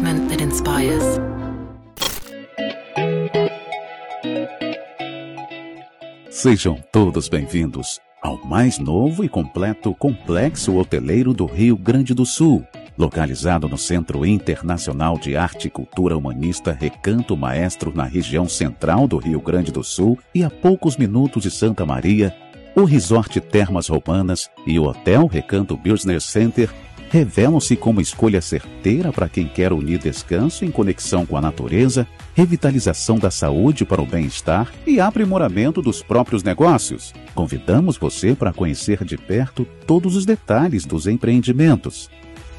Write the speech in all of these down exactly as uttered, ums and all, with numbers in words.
entertainment that inspires. Sejam todos bem-vindos ao mais novo e completo complexo hoteleiro do Rio Grande do Sul, localizado no Centro Internacional de Arte e Cultura Humanista Recanto Maestro, na região central do Rio Grande do Sul e a poucos minutos de Santa Maria. O Resort Termas Romanas e o Hotel Recanto Business Center revelam-se como escolha certeira para quem quer unir descanso em conexão com a natureza, revitalização da saúde para o bem-estar e aprimoramento dos próprios negócios. Convidamos você para conhecer de perto todos os detalhes dos empreendimentos.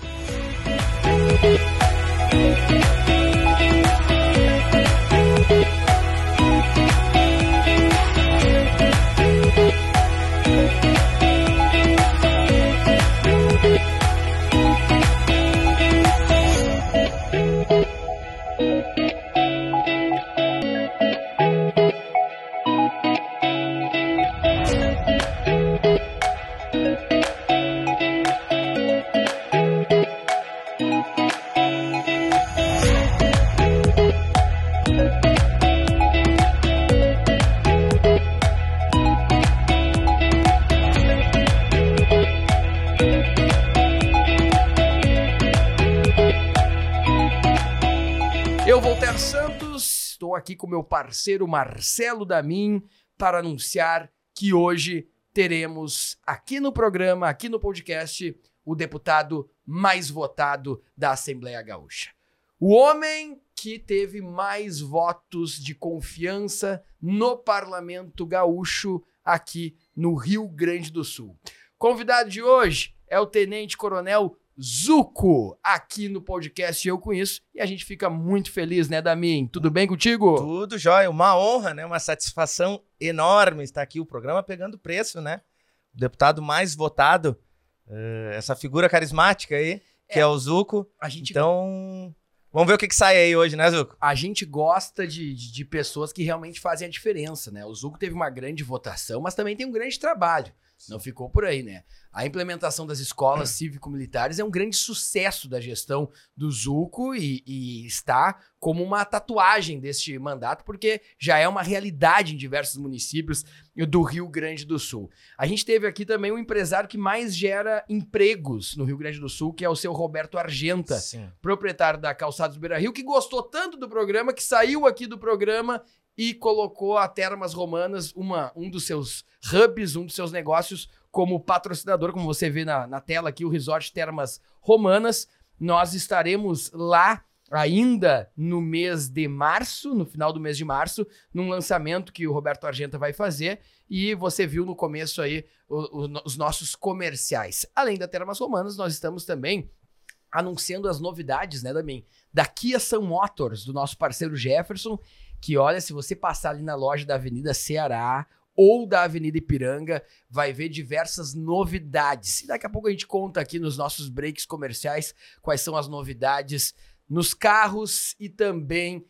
Aqui com meu parceiro Marcelo Damin para anunciar que hoje teremos aqui no programa, aqui no podcast, o deputado mais votado da Assembleia Gaúcha. O homem que teve mais votos de confiança no Parlamento Gaúcho aqui no Rio Grande do Sul. Convidado de hoje é o Tenente Coronel Zuco, aqui no podcast Eu Conheço, e a gente fica muito feliz, né, Damin? Tudo bem contigo? Tudo jóia, uma honra, né, uma satisfação enorme estar aqui, o programa pegando preço, né, o deputado mais votado, uh, essa figura carismática aí, que é, é o Zuco, a gente... então vamos ver o que, que sai aí hoje, né, Zuco? A gente gosta de, de, de pessoas que realmente fazem a diferença, né, o Zuco teve uma grande votação, mas também tem um grande trabalho. Não ficou por aí, né? A implementação das escolas cívico-militares é um grande sucesso da gestão do Zuco e, e está como uma tatuagem deste mandato, porque já é uma realidade em diversos municípios do Rio Grande do Sul. A gente teve aqui também um empresário que mais gera empregos no Rio Grande do Sul, que é o seu Roberto Argenta, Sim. proprietário da Calçados Beira-Rio, que gostou tanto do programa que saiu aqui do programa e colocou a Termas Romanas, uma, um dos seus hubs, um dos seus negócios, como patrocinador, como você vê na, na tela aqui, o Resort Termas Romanas. Nós estaremos lá ainda no mês de março, no final do mês de março, num lançamento que o Roberto Argenta vai fazer, e você viu no começo aí o, o, os nossos comerciais. Além da Termas Romanas, nós estamos também anunciando as novidades, né, Damin? Da Kia Sun Motors, do nosso parceiro Jefferson, que olha, se você passar ali na loja da Avenida Ceará ou da Avenida Ipiranga, vai ver diversas novidades. E daqui a pouco a gente conta aqui nos nossos breaks comerciais quais são as novidades nos carros e também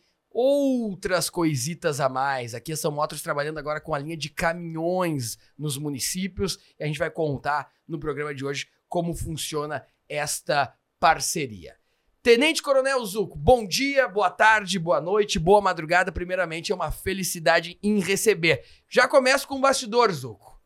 outras coisitas a mais. Aqui a Sun Motors trabalhando agora com a linha de caminhões nos municípios, e a gente vai contar no programa de hoje como funciona esta parceria. Tenente Coronel Zuco, bom dia, boa tarde, boa noite, boa madrugada. Primeiramente, é uma felicidade em receber. Já começo com o bastidor, Zuco.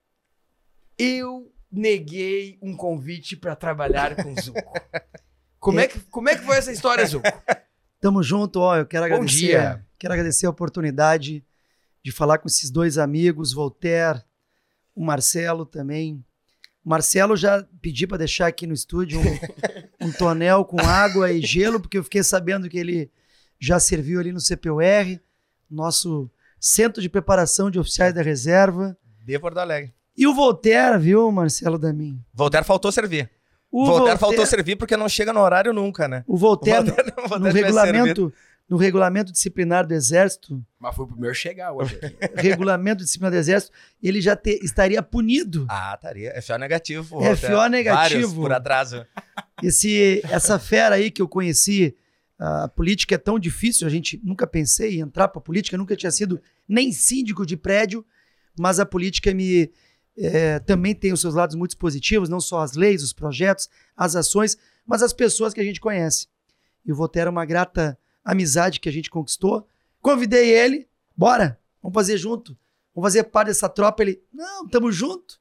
Eu neguei um convite para trabalhar com o Zuco. Como é que, como é que foi essa história, Zuco? Tamo junto, ó, eu quero Bom agradecer, dia. quero agradecer a oportunidade de falar com esses dois amigos, Voltaire, o Marcelo também. Marcelo, já pedi para deixar aqui no estúdio um, um tonel com água e gelo, porque eu fiquei sabendo que ele já serviu ali no C P U R, nosso Centro de Preparação de Oficiais da Reserva. De Porto Alegre. E o Voltaire, viu, Marcelo Damin? Voltaire faltou servir. O Voltaire, Voltaire faltou servir porque não chega no horário nunca, né? O Voltaire, o Voltaire, o Voltaire no, regulamento, no regulamento disciplinar do Exército... Mas foi o primeiro a chegar hoje aqui. Regulamento disciplinar do Exército, ele já te, estaria punido. Ah, estaria. F O negativo. F O negativo. Vários por atraso. Esse, essa fera aí que eu conheci, a política é tão difícil, a gente nunca pensei em entrar para a política, nunca tinha sido nem síndico de prédio, mas a política me... É, também tem os seus lados muito positivos, não só as leis, os projetos, as ações, mas as pessoas que a gente conhece. E o Voltaire é uma grata amizade que a gente conquistou. Convidei ele, bora, vamos fazer junto. Vamos fazer parte dessa tropa. Ele, não, tamo junto.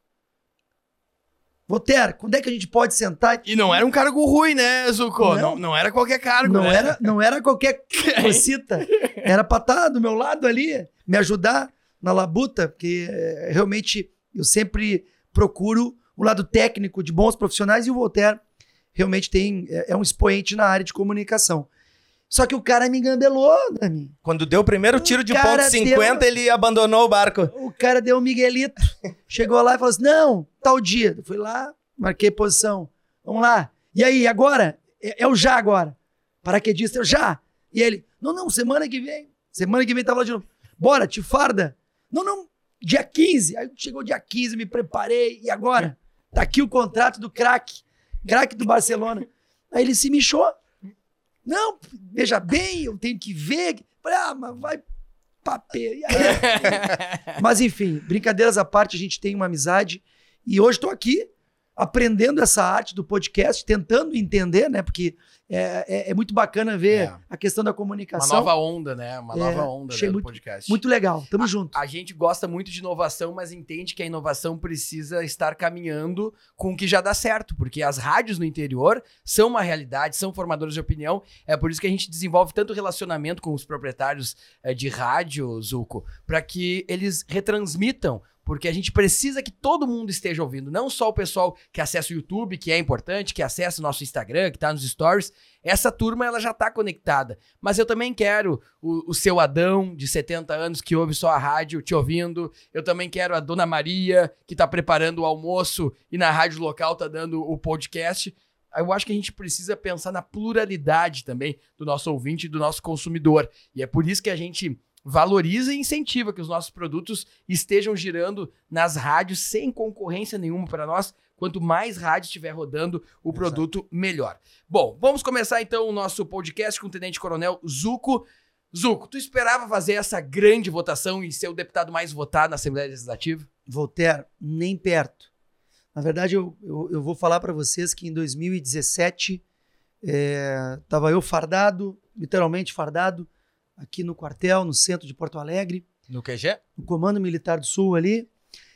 Voltaire, quando é que a gente pode sentar? E não era um cargo ruim, né, Zuko? Não, não, não era qualquer cargo, não né? Era, não era qualquer cosita. Era pra estar do meu lado ali, me ajudar na labuta, porque é, realmente eu sempre procuro o lado técnico de bons profissionais e o Voltaire realmente tem, é, é um expoente na área de comunicação. Só que o cara me engambelou, Dami. Quando deu o primeiro tiro de ponto cinquenta, deu... ele abandonou o barco. O cara deu um miguelito. Chegou lá e falou assim, não, tal dia. Eu fui lá, marquei posição. Vamos lá. E aí, agora? É, é o já agora. Paraquedista, é o já. E ele, não, não, semana que vem. Semana que vem tava lá de novo. Bora, te farda. Não, não, dia quinze. Aí chegou dia quinze, me preparei. E agora? Tá aqui o contrato do craque. Craque do Barcelona. Aí ele se mexeu. Não, veja bem, eu tenho que ver. Ah, mas vai papel. Mas enfim, brincadeiras à parte, a gente tem uma amizade. E hoje estou aqui aprendendo essa arte do podcast, tentando entender, né? Porque é, é, é muito bacana ver é. a questão da comunicação. Uma nova onda, né? Uma nova é, onda né, do muito, podcast. Muito legal, tamo a, junto. A gente gosta muito de inovação, mas entende que a inovação precisa estar caminhando com o que já dá certo, porque as rádios no interior são uma realidade, são formadores de opinião, é por isso que a gente desenvolve tanto relacionamento com os proprietários é, de rádio, Zuko, para que eles retransmitam. Porque a gente precisa que todo mundo esteja ouvindo, não só o pessoal que acessa o YouTube, que é importante, que acessa o nosso Instagram, que tá nos stories. Essa turma, ela já tá conectada. Mas eu também quero o, o seu Adão, de setenta anos, que ouve só a rádio, te ouvindo. Eu também quero a Dona Maria, que tá preparando o almoço e na rádio local tá dando o podcast. Eu acho que a gente precisa pensar na pluralidade também do nosso ouvinte e do nosso consumidor. E é por isso que a gente valoriza e incentiva que os nossos produtos estejam girando nas rádios sem concorrência nenhuma para nós. Quanto mais rádio estiver rodando, o Exato. Produto melhor. Bom, vamos começar então o nosso podcast com o Tenente Coronel Zuko. Zuko, tu esperava fazer essa grande votação e ser o deputado mais votado na Assembleia Legislativa? Voltaire, nem perto. Na verdade, eu, eu, eu vou falar para vocês que em dois mil e dezessete estava é, eu fardado, literalmente fardado, aqui no quartel, no centro de Porto Alegre. No Q G? No Comando Militar do Sul ali.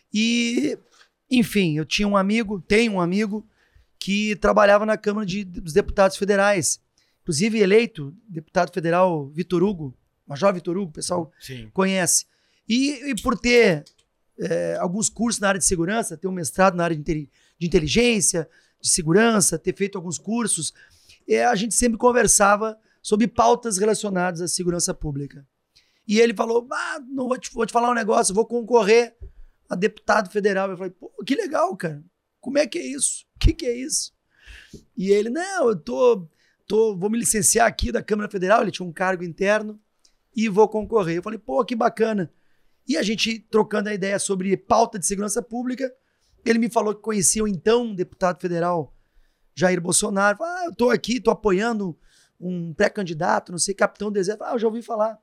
E, enfim, eu tinha um amigo, tenho um amigo, que trabalhava na Câmara de, dos Deputados Federais. Inclusive eleito deputado federal Vitor Hugo, Major Vitor Hugo, o pessoal Sim. conhece. E, e por ter é, alguns cursos na área de segurança, ter um mestrado na área de, interi- de inteligência, de segurança, ter feito alguns cursos, é, a gente sempre conversava sobre pautas relacionadas à segurança pública. E ele falou, ah, não vou te, vou te falar um negócio, vou concorrer a deputado federal. Eu falei, pô, que legal, cara. Como é que é isso? O que, que é isso? E ele, não, eu tô, tô, vou me licenciar aqui da Câmara Federal, ele tinha um cargo interno, e vou concorrer. Eu falei, pô, que bacana. E a gente trocando a ideia sobre pauta de segurança pública, ele me falou que conhecia o então deputado federal Jair Bolsonaro. Ah, eu tô aqui, tô apoiando um pré-candidato, não sei, capitão do exército. Ah, eu já ouvi falar.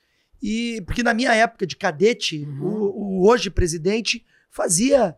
E, porque na minha época de cadete, uhum. o, o hoje presidente fazia,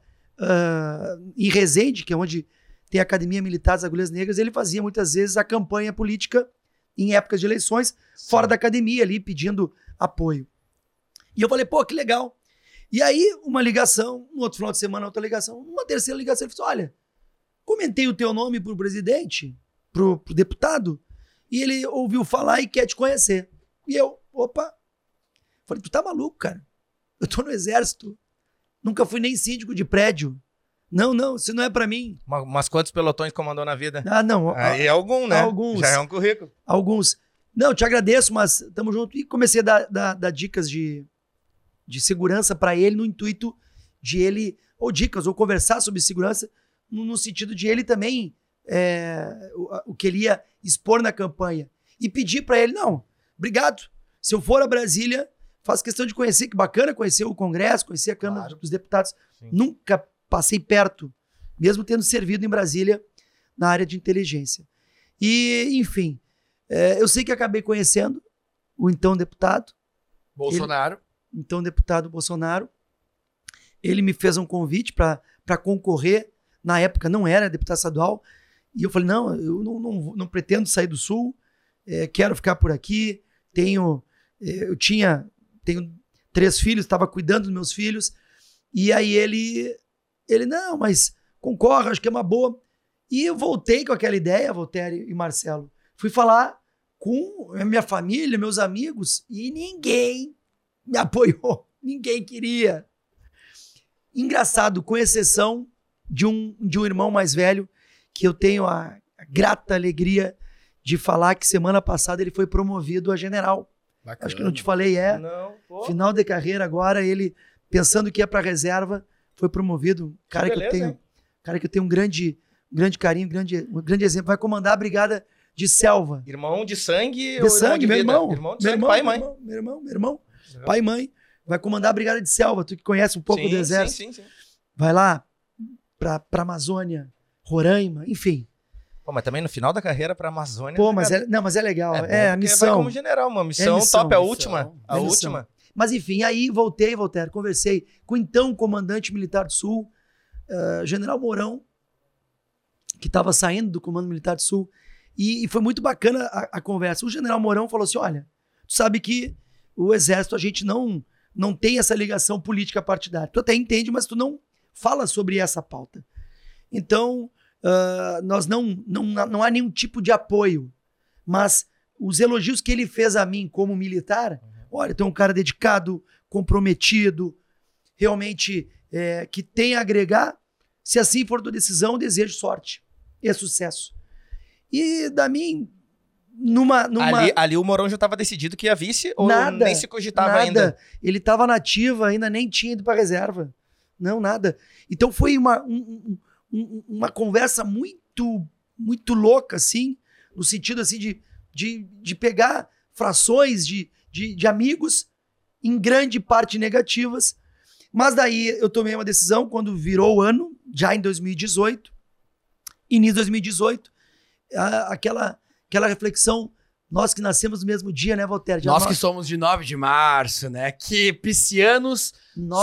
uh, em Resende, que é onde tem a Academia Militar das Agulhas Negras, ele fazia muitas vezes a campanha política em épocas de eleições, Sim. fora da academia ali, pedindo apoio. E eu falei, pô, que legal. E aí, uma ligação, no outro final de semana, outra ligação, uma terceira ligação, ele falou, olha, comentei o teu nome pro presidente, pro, pro deputado, e ele ouviu falar e quer te conhecer. E eu, opa, falei, tu tá maluco, cara? Eu tô no exército. Nunca fui nem síndico de prédio. Não, não, isso não é pra mim. Mas, mas quantos pelotões comandou na vida? Ah, não. Aí é algum, né? Alguns. Já é um currículo. Alguns. Não, te agradeço, mas tamo junto. E comecei a dar, dar, dar dicas de, de segurança pra ele, no intuito de ele, ou dicas, ou conversar sobre segurança, no, no sentido de ele também, é, o, o que ele ia expor na campanha. E pedir pra ele, não, obrigado. Se eu for a Brasília, faço questão de conhecer, que bacana conhecer o Congresso, conhecer a Câmara claro. dos Deputados. Sim. Nunca passei perto, mesmo tendo servido em Brasília na área de inteligência. E, enfim, é, eu sei que acabei conhecendo o então deputado. Bolsonaro. Ele, então deputado Bolsonaro. Ele me fez um convite para concorrer. Na época não era deputado estadual. E eu falei, não, eu não, não, não pretendo sair do Sul. é, quero ficar por aqui, tenho, é, eu tinha, tenho três filhos, estava cuidando dos meus filhos, e aí ele, ele, não, mas concorre, acho que é uma boa. E eu voltei com aquela ideia, Voltaire e Marcelo, fui falar com a minha família, meus amigos, e ninguém me apoiou, ninguém queria. Engraçado, com exceção de um, de um irmão mais velho, que eu tenho a, a grata alegria de falar que semana passada ele foi promovido a general. Bacana. Acho que não te falei, é. Não, pô. Final de carreira agora, ele, pensando que ia para reserva, foi promovido. Cara que, beleza, que eu tenho, cara que eu tenho um grande, um grande carinho, um grande, um grande exemplo. Vai comandar a brigada de selva. Irmão de sangue de ou sangue, irmão de meu irmão. Irmão de meu sangue, irmão, pai e mãe. Meu irmão, meu irmão, meu irmão uhum. pai e mãe. Vai comandar a brigada de selva. Tu que conhece um pouco sim, do exército. Sim, sim, sim. Vai lá pra, pra Amazônia, Roraima, enfim. Pô, mas também no final da carreira pra Amazônia... Pô, mas é, não, mas é legal. É, é a missão. Vai como general, uma missão, é missão top, a missão, última. A missão. última. Mas enfim, aí voltei, Voltaire, conversei com o então comandante militar do Sul, uh, General Mourão, que estava saindo do Comando Militar do Sul, e, e foi muito bacana a, a conversa. O General Mourão falou assim, olha, tu sabe que o Exército, a gente não, não tem essa ligação política partidária. Tu até entende, mas tu não fala sobre essa pauta. Então, uh, nós não, não, não há nenhum tipo de apoio, mas os elogios que ele fez a mim como militar, olha, tem um cara dedicado, comprometido, realmente é, que tem a agregar. Se assim for tua decisão, desejo sorte e sucesso. E da mim, numa... numa... Ali, ali o Mourão já estava decidido que ia vice ou nada, nem se cogitava nada. ainda? Ele estava nativa, ainda nem tinha ido para reserva. Não, nada. Então foi uma, um, um, uma conversa muito, muito louca, assim, no sentido assim de, de, de pegar frações de, de, de amigos, em grande parte negativas. Mas daí eu tomei uma decisão quando virou o ano, já em dois mil e dezoito, início de dois mil e dezoito, a, aquela, aquela reflexão, nós que nascemos no mesmo dia, né, Voltaire? Nós, nós que somos de nove de março, né? Que piscianos,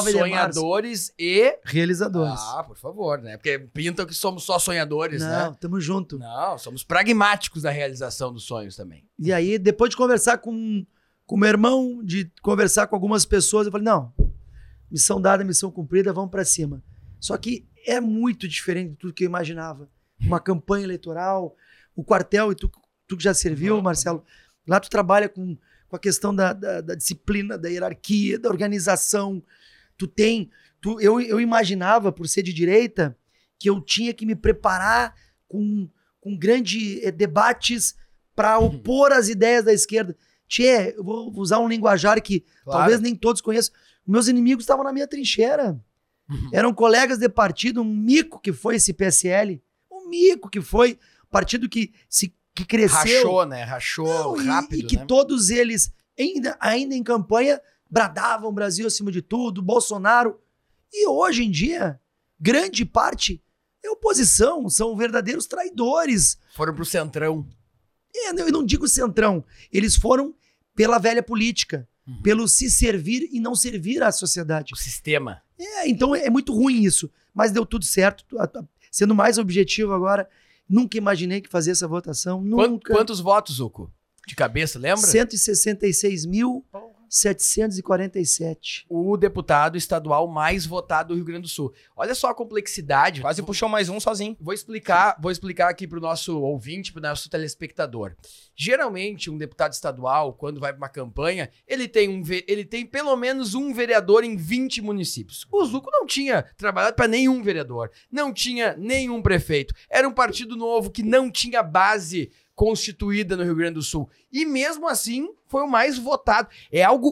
sonhadores e... realizadores. Ah, por favor, né? Porque pintam que somos só sonhadores, Não, né? Não, tamo junto. Não, somos pragmáticos na realização dos sonhos também. E aí, depois de conversar com o meu irmão, de conversar com algumas pessoas, eu falei, não, missão dada, missão cumprida, vamos pra cima. Só que é muito diferente de tudo que eu imaginava. Uma campanha eleitoral, o quartel, e tu, tu que já serviu, uhum. Marcelo, lá tu trabalha com, com a questão da, da, da disciplina, da hierarquia, da organização. Tu tem... Tu, eu, eu imaginava, por ser de direita, que eu tinha que me preparar com, com grandes eh, debates para opor as ideias da esquerda. Tchê, eu vou usar um linguajar que claro. talvez nem todos conheçam. Meus inimigos estavam na minha trincheira. Uhum. Eram colegas de partido, um mico que foi esse P S L, um mico que foi partido que, se, que cresceu. Rachou, né? Rachou Não, rápido, E, e que né? todos eles, ainda, ainda em campanha, bradavam Brasil acima de tudo, Bolsonaro. E hoje em dia, grande parte é oposição, são verdadeiros traidores. Foram pro centrão. É, eu não digo centrão, eles foram pela velha política, uhum. pelo se servir e não servir à sociedade. O sistema. É, então é muito ruim isso, mas deu tudo certo. Sendo mais objetivo agora, nunca imaginei que fazia essa votação, nunca. Quantos votos, Zuco? De cabeça, lembra? cento e sessenta e seis mil setecentos e quarenta e sete. O deputado estadual mais votado do Rio Grande do Sul. Olha só a complexidade. Quase puxou mais um sozinho. Vou explicar, vou explicar aqui pro nosso ouvinte, pro nosso telespectador. Geralmente, um deputado estadual, quando vai para uma campanha, ele tem, um, ele tem pelo menos um vereador em vinte municípios. O Zuco não tinha trabalhado para nenhum vereador, não tinha nenhum prefeito. Era um partido novo que não tinha base constituída no Rio Grande do Sul. E mesmo assim, foi o mais votado. É algo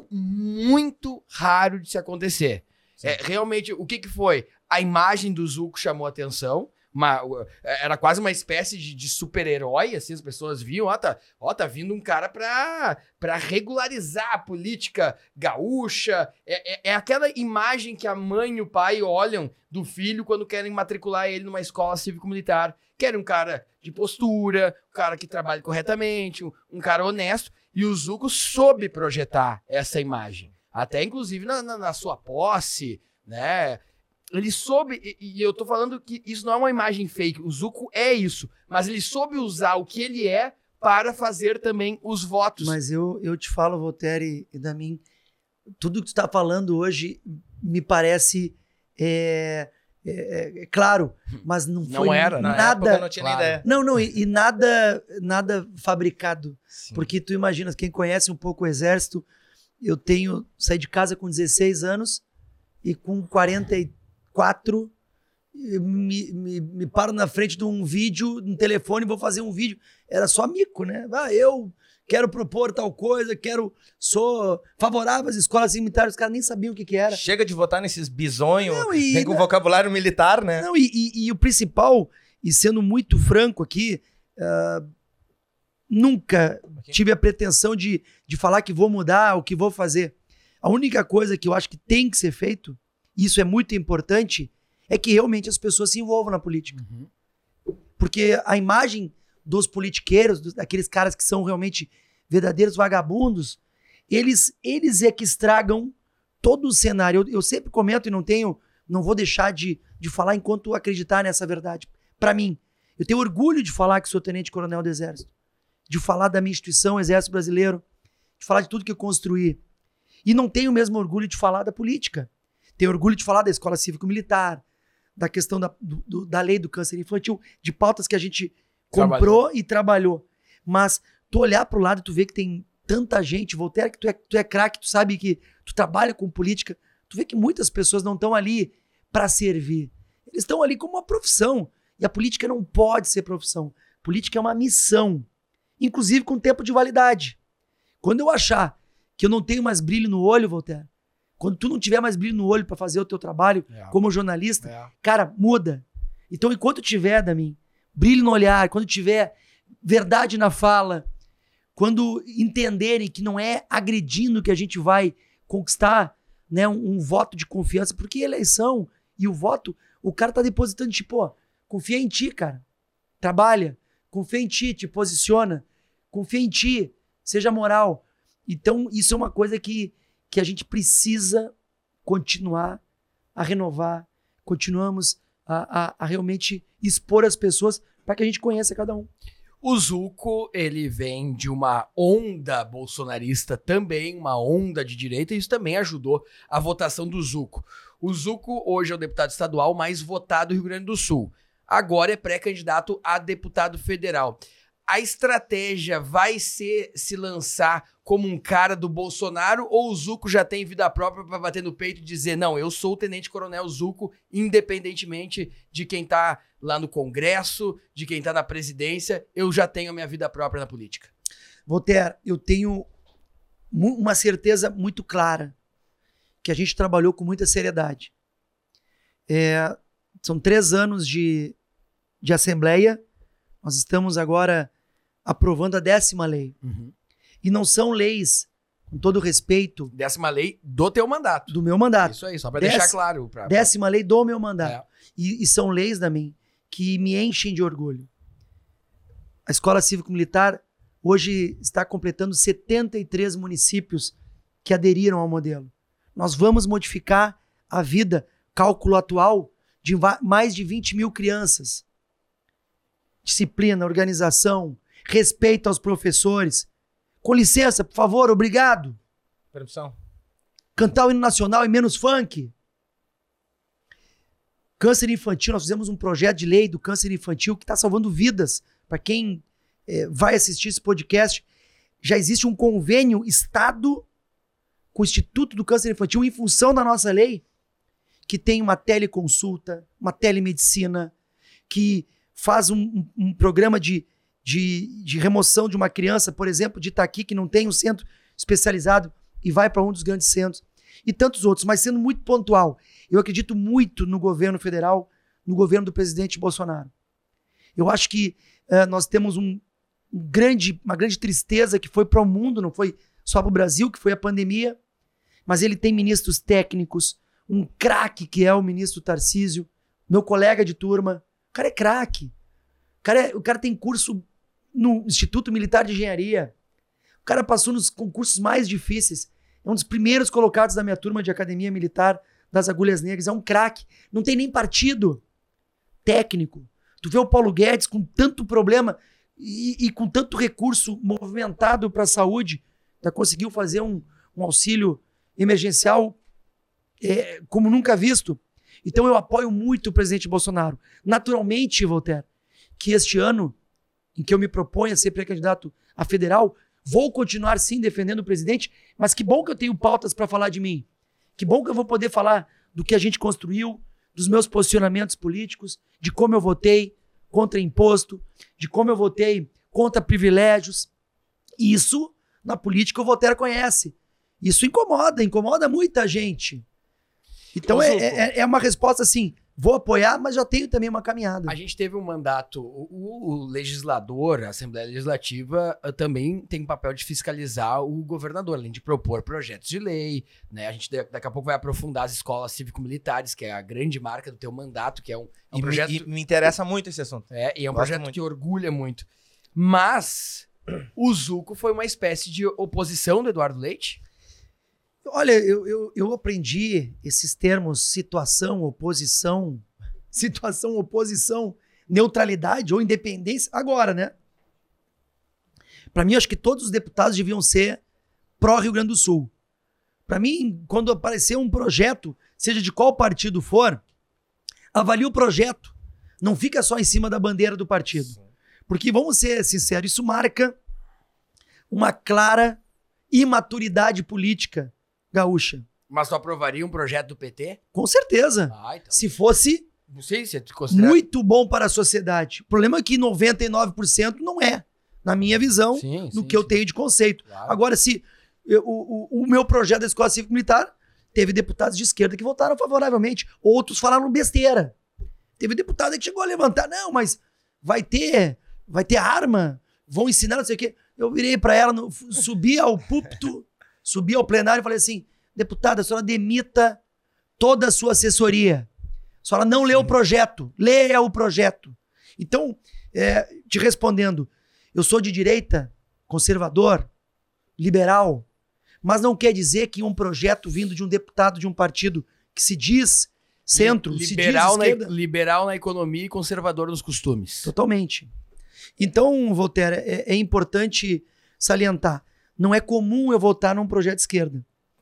muito raro de se acontecer. É, realmente, o que, que foi? A imagem do Zuco chamou a atenção. Uma, era quase uma espécie de, de super-herói, assim, as pessoas viam, ó, tá, ó, tá vindo um cara pra, pra regularizar a política gaúcha. É, é, é aquela imagem que a mãe e o pai olham do filho quando querem matricular ele numa escola cívico-militar. Querem um cara de postura, um cara que trabalhe corretamente, um, um cara honesto. E o Zuco soube projetar essa imagem. Até, inclusive, na, na, na sua posse, né? Ele soube, e, e eu tô falando que isso não é uma imagem fake, o Zuco é isso, mas ele soube usar o que ele é para fazer também os votos. Mas eu, eu te falo, Voltaire e Damin, tudo que tu está falando hoje me parece é, é, é claro, mas não, não foi era, Na nada. época eu não tinha claro. nem ideia. Não, não, e, e nada, nada fabricado. Sim. Porque tu imaginas, quem conhece um pouco o Exército, eu tenho saí de casa com dezesseis anos e com quarenta e quatro me, me, me paro na frente de um vídeo, um telefone, vou fazer um vídeo. Era só mico, né? Ah, eu quero propor tal coisa, quero, sou favorável às escolas militares, os caras nem sabiam o que que era. Chega de votar nesses bisonhos, Não, e- vem com vocabulário militar, né? Não, e, e- e o principal, e sendo muito franco aqui, ah, nunca Aqui. tive a pretensão de, de falar que vou mudar, o que vou fazer. A única coisa que eu acho que tem que ser feito, e isso é muito importante, é que realmente as pessoas se envolvam na política. Uhum. Porque a imagem dos politiqueiros, dos- daqueles caras que são realmente verdadeiros vagabundos, eles, eles é que estragam todo o cenário. Eu, eu sempre comento e não tenho, não vou deixar de, de falar enquanto acreditar nessa verdade. Para mim, eu tenho orgulho de falar que sou tenente-coronel do Exército, de falar da minha instituição, Exército Brasileiro, de falar de tudo que eu construí. E não tenho o mesmo orgulho de falar da política. Tenho orgulho de falar da escola cívico-militar, da questão da, do- do- da lei do câncer infantil, de pautas que a gente comprou Trabalhou. e trabalhou. Mas tu olhar pro lado e tu vê que tem tanta gente, Voltaire, que tu é, tu é craque, tu sabe que tu trabalha com política, tu vê que muitas pessoas não estão ali para servir. Eles estão ali como uma profissão. E a política não pode ser profissão. Política é uma missão, inclusive com tempo de validade. Quando eu achar que eu não tenho mais brilho no olho, Voltaire, quando tu não tiver mais brilho no olho para fazer o teu trabalho É. como jornalista, É. cara, muda. Então, enquanto tiver, Damin, brilho no olhar, quando tiver verdade na fala, quando entenderem que não é agredindo que a gente vai conquistar, né, um, um voto de confiança, porque eleição e o voto, o cara tá depositando, tipo, ó, confia em ti, cara. Trabalha, confia em ti, te posiciona, confia em ti, seja moral. Então, isso é uma coisa que, que a gente precisa continuar a renovar, continuamos a, a, a realmente expor as pessoas para que a gente conheça cada um. O Zuco, ele vem de uma onda bolsonarista também, uma onda de direita, e isso também ajudou a votação do Zuco. O Zuco hoje é o deputado estadual mais votado do Rio Grande do Sul. Agora é pré-candidato a deputado federal. A estratégia vai ser se lançar como um cara do Bolsonaro, ou o Zuco já tem vida própria para bater no peito e dizer, não, eu sou o tenente-coronel Zuco, independentemente de quem tá lá no Congresso, de quem tá na presidência, eu já tenho a minha vida própria na política. Voltaire, eu tenho mu- uma certeza muito clara que a gente trabalhou com muita seriedade. É, são três anos de, de Assembleia, nós estamos agora aprovando a décima lei. E não são leis, com todo respeito, Décima lei do teu mandato. do meu mandato. Isso aí, só pra Dez- deixar claro. Pra, Décima lei do meu mandato. É. E, e são leis, Damin, que me enchem de orgulho. A Escola Cívico-Militar hoje está completando setenta e três municípios que aderiram ao modelo. Nós vamos modificar a vida, cálculo atual, de va- mais de vinte mil crianças. Disciplina, organização, respeito aos professores. Com licença, por favor, obrigado. Permissão. Cantar o hino nacional e menos funk. Câncer infantil, nós fizemos um projeto de lei do câncer infantil que está salvando vidas. Para quem eh, vai assistir esse podcast, já existe um convênio Estado com o Instituto do Câncer Infantil em função da nossa lei, que tem uma teleconsulta, uma telemedicina, que faz um, um- um programa de, de, de remoção de uma criança, por exemplo, de Itaqui, que não tem um centro especializado e vai para um dos grandes centros, e tantos outros, mas sendo muito pontual. Eu acredito muito no governo federal, no governo do presidente Bolsonaro. Eu acho que eh, nós temos um, um grande, uma grande tristeza que foi para o mundo, não foi só para o Brasil, que foi a pandemia, mas ele tem ministros técnicos, um craque que é o ministro Tarcísio, meu colega de turma. O cara é craque. O cara, é- o cara tem curso no Instituto Militar de Engenharia. O cara passou nos concursos mais difíceis. É um dos primeiros colocados da minha turma de Academia Militar das Agulhas Negras. É um craque. Não tem nem partido técnico. Tu vê o Paulo Guedes com tanto problema, e, e com tanto recurso movimentado para a saúde, já conseguiu fazer um, um auxílio emergencial é, como nunca visto. Então eu apoio muito o presidente Bolsonaro. Naturalmente, Voltaire, que este ano, em que eu me proponho a ser pré-candidato a federal, vou continuar sim defendendo o presidente, mas que bom que eu tenho pautas para falar de mim. Que bom que eu vou poder falar do que a gente construiu, dos meus posicionamentos políticos, de como eu votei contra imposto, de como eu votei contra privilégios. Isso, na política, o Voltaire conhece. Isso incomoda, incomoda muita gente. Então é, é, é uma resposta assim, vou apoiar, mas já tenho também uma caminhada. A gente teve um mandato, o, o legislador, a Assembleia Legislativa, também tem um papel de fiscalizar o governador, além de propor projetos de lei, né? A gente daqui a pouco vai aprofundar as escolas cívico-militares, que é a grande marca do teu mandato, que é um, é um e projeto... Me, e me interessa muito esse assunto. É, e é um Gosto projeto muito. que orgulha muito. Mas o Zuco foi uma espécie de oposição do Eduardo Leite? Olha, eu, eu, eu aprendi esses termos situação, oposição, situação, oposição, neutralidade ou independência agora, né? Para mim, acho que todos os deputados deviam ser pró-Rio Grande do Sul. Para mim, quando aparecer um projeto, seja de qual partido for, avalie o projeto. Não fica só em cima da bandeira do partido. Porque, vamos ser sinceros, isso marca uma clara imaturidade política gaúcha. Mas tu aprovaria um projeto do P T? Com certeza. Ah, então. Se fosse Não sei se tu considera... muito bom para a sociedade. O problema é que noventa e nove por cento não é, na minha visão, Sim, no sim, que eu sim. tenho de conceito. Claro. Agora, se eu- o, o, o meu projeto da Escola Cívico-Militar teve deputados de esquerda que votaram favoravelmente, outros falaram besteira. Teve deputado que chegou a levantar, não, mas vai ter, vai ter arma, vão ensinar não sei o quê. Eu virei para ela, no, subi ao púlpito, subi ao plenário e falei assim, deputada, a senhora demita toda a sua assessoria. A senhora não lê o projeto, leia o projeto. Então, é, te respondendo, eu sou de direita, conservador, liberal, mas não quer dizer que um projeto vindo de um deputado de um partido que se diz centro, liberal, se na, diz esquerda, liberal na economia e conservador nos costumes. totalmente. Então, Voltaire, é, é importante salientar, não é comum eu votar num projeto de esquerda.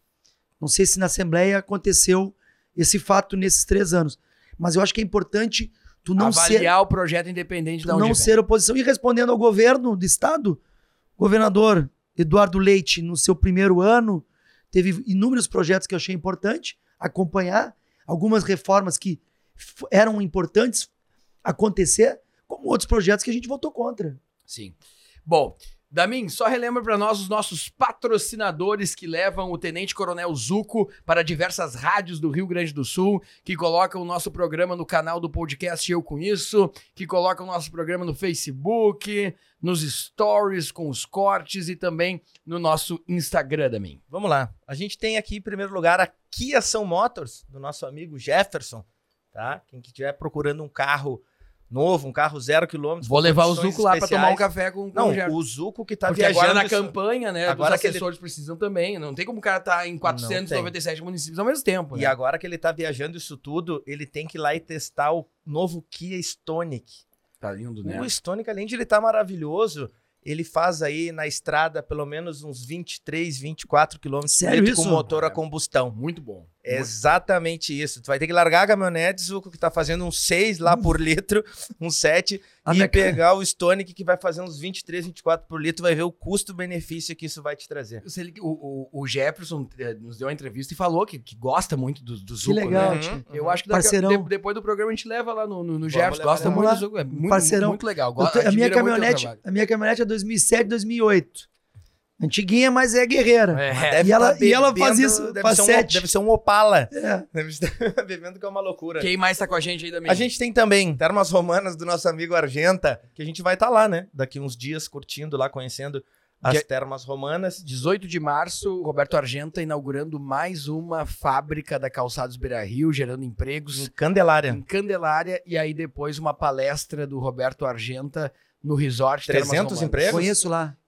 Não sei se na Assembleia aconteceu esse fato nesses três anos, mas eu acho que é importante tu não ser... Avaliar o projeto independente Tu da onde não vem. ser oposição. E respondendo ao governo do estado, o governador Eduardo Leite, no seu primeiro ano, teve inúmeros projetos que eu achei importante acompanhar, algumas reformas que f- eram importantes acontecer, como outros projetos que a gente votou contra. Sim. Bom, Damin, só relembra para nós os nossos patrocinadores que levam o Tenente Coronel Zuco para diversas rádios do Rio Grande do Sul, que colocam o nosso programa no canal do podcast Eu Com Isso, que colocam o nosso programa no Facebook, nos stories com os cortes e também no nosso Instagram, Damin. Vamos lá. A gente tem aqui, em primeiro lugar, a Kia São Motors, do nosso amigo Jefferson, tá? Quem que estiver procurando um carro novo, um carro zero quilômetro. Vou com levar o condições Zuco lá para tomar um especiais. café com, com Não, o Gerson. o Zuco que tá Porque viajando... agora na isso- campanha, né, agora os que ele- assessores precisam também. Não tem como o cara estar em quatrocentos e noventa e sete municípios ao mesmo tempo, E né? agora que ele tá viajando isso tudo, ele tem que ir lá e testar o novo Kia Stonic. Tá lindo, né? O Stonic, além de ele estar maravilhoso, ele faz aí na estrada pelo menos uns vinte e três, vinte e quatro quilômetros por Sério litro com isso? motor a combustão. Muito bom. É exatamente isso. Tu vai ter que largar a caminhonete, Zuco, que tá fazendo uns seis lá por litro, uns sete, A e minha- pegar o Stonic, que vai fazer uns vinte e três, vinte e quatro por litro, vai ver o custo-benefício que isso vai te trazer. Se ele- O, o- o Jefferson eh, nos deu uma entrevista e falou que, que gosta muito do, do Que Zuco, legal, né? tia. Uhum. Eu acho que daqui, Parceirão. de- depois do programa a gente leva lá no, no, no Vamos Jefferson. levar, Gosta vamos muito lá. do Zuco. É muito, Parceirão. muito legal. Eu Go- te- a, minha admira muito o caminhonete, trabalho. a minha caminhonete é dois mil e sete, dois mil e oito. Antiguinha, mas é guerreira. É. Deve E ela- tá e ela faz bebendo- isso, deve faz ser um, sete. Deve ser um Opala. É. Deve estar bebendo que é uma loucura. Quem mais tá com a gente aí, Damin? A gente tem também Termas Romanas do nosso amigo Argenta, que a gente vai estar lá, né? Daqui uns dias curtindo lá, conhecendo as Dia- Termas Romanas. dezoito de março, Roberto Argenta inaugurando mais uma fábrica da Calçados Beira Rio, gerando empregos Em Candelária. em Candelária. E aí depois uma palestra do Roberto Argenta no resort Termas trezentos Romanas. empregos? Conheço lá.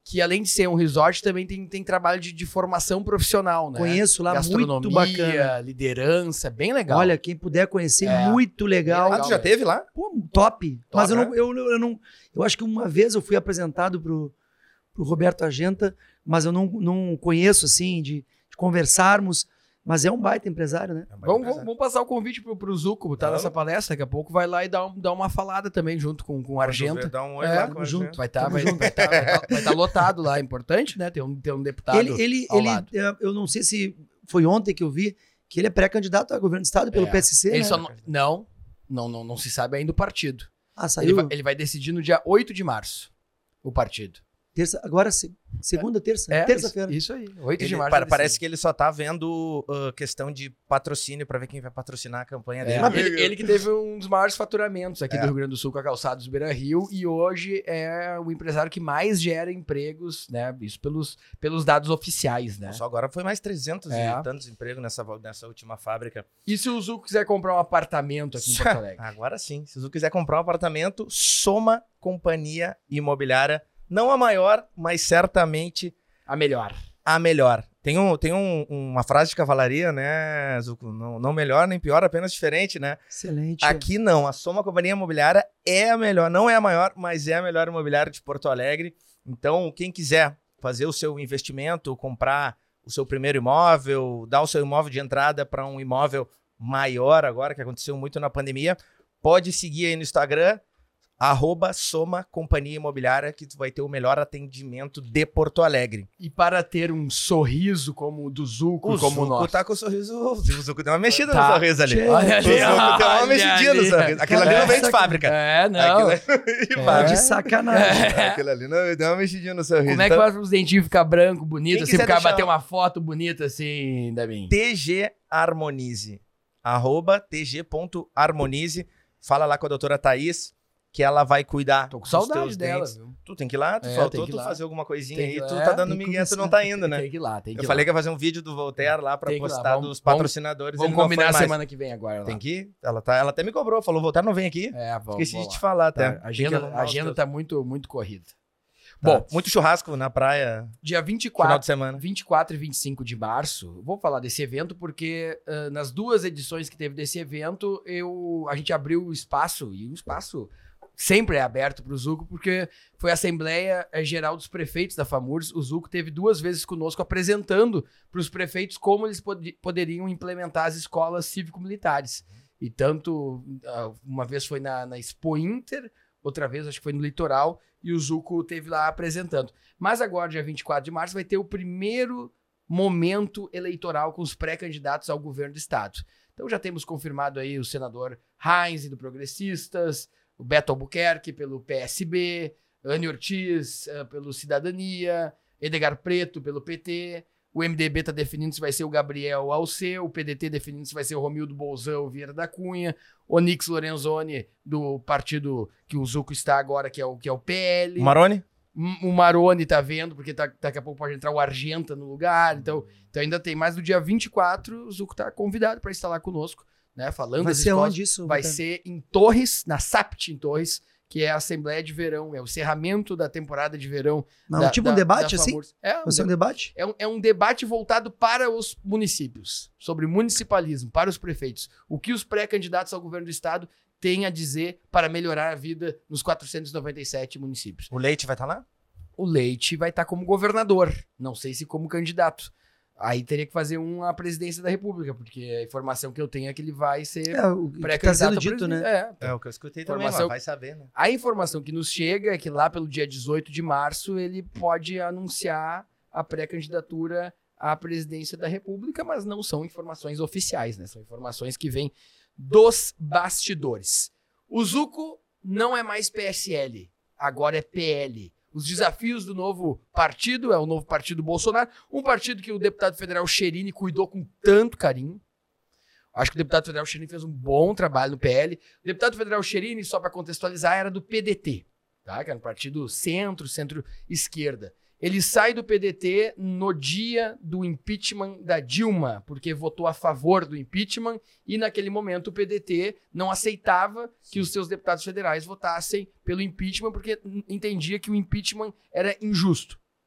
que além de ser um resort, também tem, tem trabalho de, de formação profissional, né? Conheço lá, Gastronomia, muito bacana. liderança, bem legal. Olha, quem puder conhecer, É. muito legal. Bem Ah, tu já teve lá? Pô, top. Mas eu né? não, eu, eu não. Eu acho que uma vez eu fui apresentado pro, pro Roberto Argenta, mas eu não, não conheço, assim, de, de conversarmos. Mas é um baita empresário, né? Vamos, vamos, vamos passar o convite pro, pro Zuco, tá Vamos. nessa palestra, daqui a pouco vai lá e dar, um, dar uma falada também junto com, com o Argenta. Dá um oi É, lá tamo com a junto. gente. Vai estar vai, vai tá, vai tá, vai tá lotado lá, é importante, né? Ter um, ter um deputado Ele, ele, ao ele lado. é, eu não sei se foi ontem que eu vi que ele é pré-candidato a governo do estado pelo É. P S C, Ele né? só não, não, não, não, não se sabe ainda o partido. Ah, Ele saiu vai, ele vai decidir no dia oito de março, o partido. terça, agora se- segunda, terça, É, terça-feira. Isso, isso aí, oito de Ele- março. pa- ele parece decide. que ele só tá vendo uh, questão de patrocínio pra ver quem vai patrocinar a campanha dele. É, ele, ele que teve um dos maiores faturamentos aqui É. do Rio Grande do Sul com a Calçados Beira Rio e hoje é o empresário que mais gera empregos, né? Isso pelos, pelos dados oficiais, né? Só agora foi mais trezentos É. e tantos empregos nessa, vo- nessa última fábrica. E se o Zuco quiser comprar um apartamento aqui em Porto Alegre? Agora sim. Se você quiser comprar um apartamento, Soma Companhia Imobiliária. Não a maior, mas certamente A melhor. a melhor. Tem, um, tem um- uma frase de cavalaria, né, Zuco? Não, não melhor nem pior, apenas diferente, né? Excelente. Aqui não, a Soma Companhia Imobiliária é a melhor, não é a maior, mas é a melhor imobiliária de Porto Alegre. Então, quem quiser fazer o seu investimento, comprar o seu primeiro imóvel, dar o seu imóvel de entrada para um imóvel maior agora, que aconteceu muito na pandemia, pode seguir aí no Instagram, arroba Soma Companhia Imobiliária, que tu vai ter o melhor atendimento de Porto Alegre. E para ter um sorriso como o do Zuco, O como o Zuco nosso. tá com o sorriso, o Zuco deu uma mexida Tá. no sorriso ali. Che- Olha O ali, Zuco deu uma olha mexidinha no ali. sorriso. Aquilo ali não vem de É. fábrica. É, não. Aquilo ali não vem de Tá fábrica. de sacanagem. É. Aquilo ali não deu uma mexidinha no sorriso. Como é que Então, faz para os dentinhos ficar branco, bonito, Quem assim, quiser pro cara deixar- bater uma foto bonita assim, Damin? T G Harmonize. Arroba tg.harmonize. Fala lá com a doutora Thaís, que ela vai cuidar Tô com dos saudade teus dela, dentes. viu? Tu tem que ir lá, tu É, faltou tem que ir tu lá. fazer alguma coisinha Tem aí. que- Tu é, tá dando tem que migué, tu não começar. tá indo, né? Tem que ir lá, tem que Eu ir falei lá. que ia fazer um vídeo do Voltaire lá pra Tem que ir lá. postar Vamos- dos vamos- patrocinadores. Vamos ele não combinar foi mais. semana que vem agora. Lá. Tem que ir. Ela, tá, ela até me cobrou, falou, Voltaire não vem aqui. É, vamos, Esqueci vamos de lá. te falar Tá, até. a agenda, Tem que a agenda arrumar os tá muito, muito corrida. teus- Tá. Bom, Muito churrasco na praia, dia vinte e final quatro, de semana. vinte e quatro e vinte e cinco de março, vou falar desse evento porque ah, nas duas edições que teve desse evento, eu, a gente abriu o espaço, e o espaço sempre é aberto para o Zuco, porque foi a Assembleia eh, Geral dos Prefeitos da FAMURS. O Zuco teve duas vezes conosco apresentando para os prefeitos como eles pod- poderiam implementar as escolas cívico-militares. E tanto, ah, uma vez foi na, na Expo Inter, outra vez acho que foi no Litoral, e o Zuco teve lá apresentando. Mas agora, dia vinte e quatro de março, vai ter o primeiro momento eleitoral com os pré-candidatos ao governo do estado. Então já temos confirmado aí o senador Heinz do Progressistas, o Beto Albuquerque pelo P S B, Anny Ortiz eh, pelo Cidadania, Edgar Preto pelo P T, o M D B está definindo se vai ser o Gabriel Alceu, o P D T definindo se vai ser o Romildo Bolzão Vieira da Cunha, o Nix Lorenzoni do partido que o Zuco está agora, que é o, que é o P L. Maroni? O Maroni tá vendo, porque tá- daqui a pouco pode entrar o Argenta no lugar. Então, então ainda tem. Mas no dia vinte e quatro, o Zuco tá convidado para estar lá conosco, né? Falando Vai das ser escolas. onde isso? Vai Vitor? ser em Torres, na SAPT em Torres, que é a Assembleia de Verão, é o encerramento da temporada de verão. Não, da, tipo um da- debate da assim? FAMURS. É um, Vai ser um de- debate? é, um, é um debate voltado para os municípios, sobre municipalismo, para os prefeitos. O que os pré-candidatos ao governo do estado têm a dizer para melhorar a vida nos quatrocentos e noventa e sete municípios. O Leite vai estar lá? O Leite vai estar como governador, não sei se como candidato. Aí teria que fazer uma presidência da República, porque a informação que eu tenho é que ele vai ser É, o que tá pré-candidato sendo a dito, presidente. né? É. É o que eu escutei também, Informação- mas vai saber, né? A informação que nos chega é que lá pelo dia dezoito de março ele pode anunciar a pré-candidatura à presidência da República, mas não são informações oficiais, né? São informações que vêm dos bastidores. O Zuco não é mais P S L, agora é P L. Os desafios do novo partido, é o novo partido Bolsonaro, um partido que o deputado federal Cherini cuidou com tanto carinho. Acho que o deputado federal Cherini fez um bom trabalho no P L. O deputado federal Cherini, só para contextualizar, era do P D T, tá? Que era um partido centro, centro-esquerda. Ele sai do P D T no dia do impeachment da Dilma, porque votou a favor do impeachment e naquele momento o P D T não aceitava que os seus deputados federais votassem pelo impeachment porque entendia que o impeachment era injusto.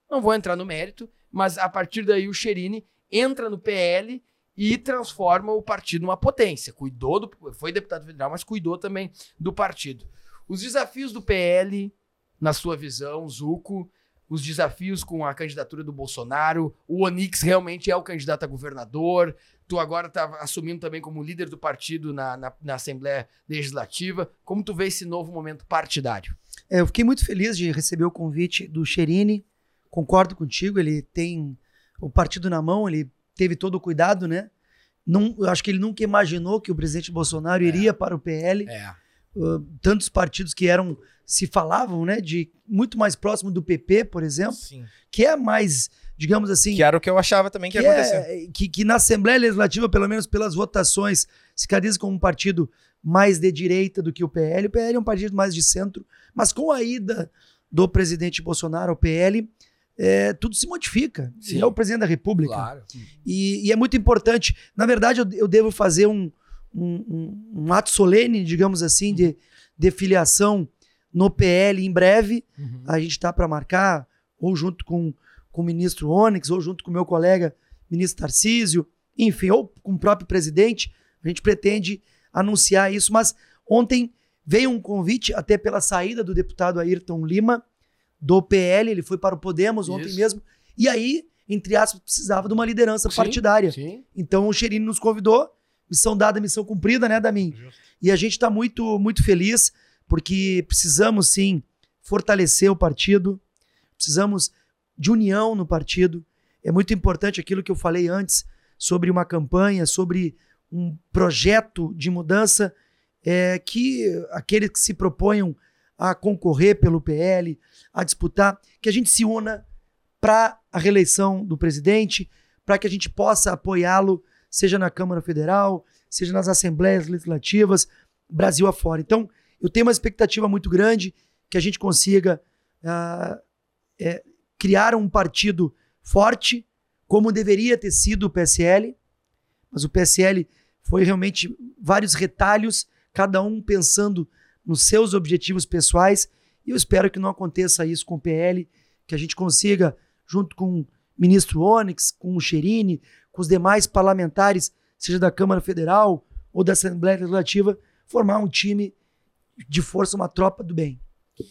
Não vou entrar no mérito, mas a partir daí o Cherini entra no P L e transforma o partido numa potência. Cuidou do, foi deputado federal, mas cuidou também do partido. Os desafios do P L, na sua visão, Zuco, os desafios com a candidatura do Bolsonaro, o Onyx realmente é o candidato a governador, tu agora está assumindo também como líder do partido na, na, na Assembleia Legislativa. Como tu vê esse novo momento partidário? É, eu fiquei muito feliz de receber o convite do Cherini, concordo contigo, ele tem o partido na mão, ele teve todo o cuidado, né? Não, eu acho que ele nunca imaginou que o presidente Bolsonaro é. iria para o P L. É. Uh, tantos partidos que eram, se falavam, né, de muito mais próximo do P P, por exemplo, Sim. que é mais, digamos assim... Que era o que eu achava também que, que ia acontecer. É, que, que na Assembleia Legislativa, pelo menos pelas votações, se caracteriza como um partido mais de direita do que o P L. O P L é um partido mais de centro, mas com a ida do presidente Bolsonaro ao P L, é, tudo se modifica. Sim. Ele é o presidente da República. Claro. E, e é muito importante. Na verdade, eu, eu devo fazer um, um, um, um ato solene, digamos assim, de, de filiação no P L em breve. Uhum. A gente está para marcar, ou junto com, com o ministro Onyx, ou junto com o meu colega ministro Tarcísio, enfim, ou com o próprio presidente. A gente pretende anunciar isso, mas ontem veio um convite, até pela saída do deputado Ayrton Lima, do P L, ele foi para o Podemos ontem Isso. mesmo, e aí, entre aspas, precisava de uma liderança Sim, partidária. Sim. Então o Cherini nos convidou, missão dada, missão cumprida, né, Damin? Justo. E a gente está muito, muito feliz, porque precisamos, sim, fortalecer o partido, precisamos de união no partido. É muito importante aquilo que eu falei antes, sobre uma campanha, sobre um projeto de mudança, é, que aqueles que se proponham a concorrer pelo P L, a disputar, que a gente se una para a reeleição do presidente, para que a gente possa apoiá-lo, seja na Câmara Federal, seja nas Assembleias Legislativas, Brasil afora. Então, eu tenho uma expectativa muito grande que a gente consiga uh, é, criar um partido forte, como deveria ter sido o P S L, mas o P S L foi realmente vários retalhos, cada um pensando nos seus objetivos pessoais, e eu espero que não aconteça isso com o P L, que a gente consiga, junto com o ministro Onyx, com o Cherini, com os demais parlamentares, seja da Câmara Federal ou da Assembleia Legislativa, formar um time de força, uma tropa do bem.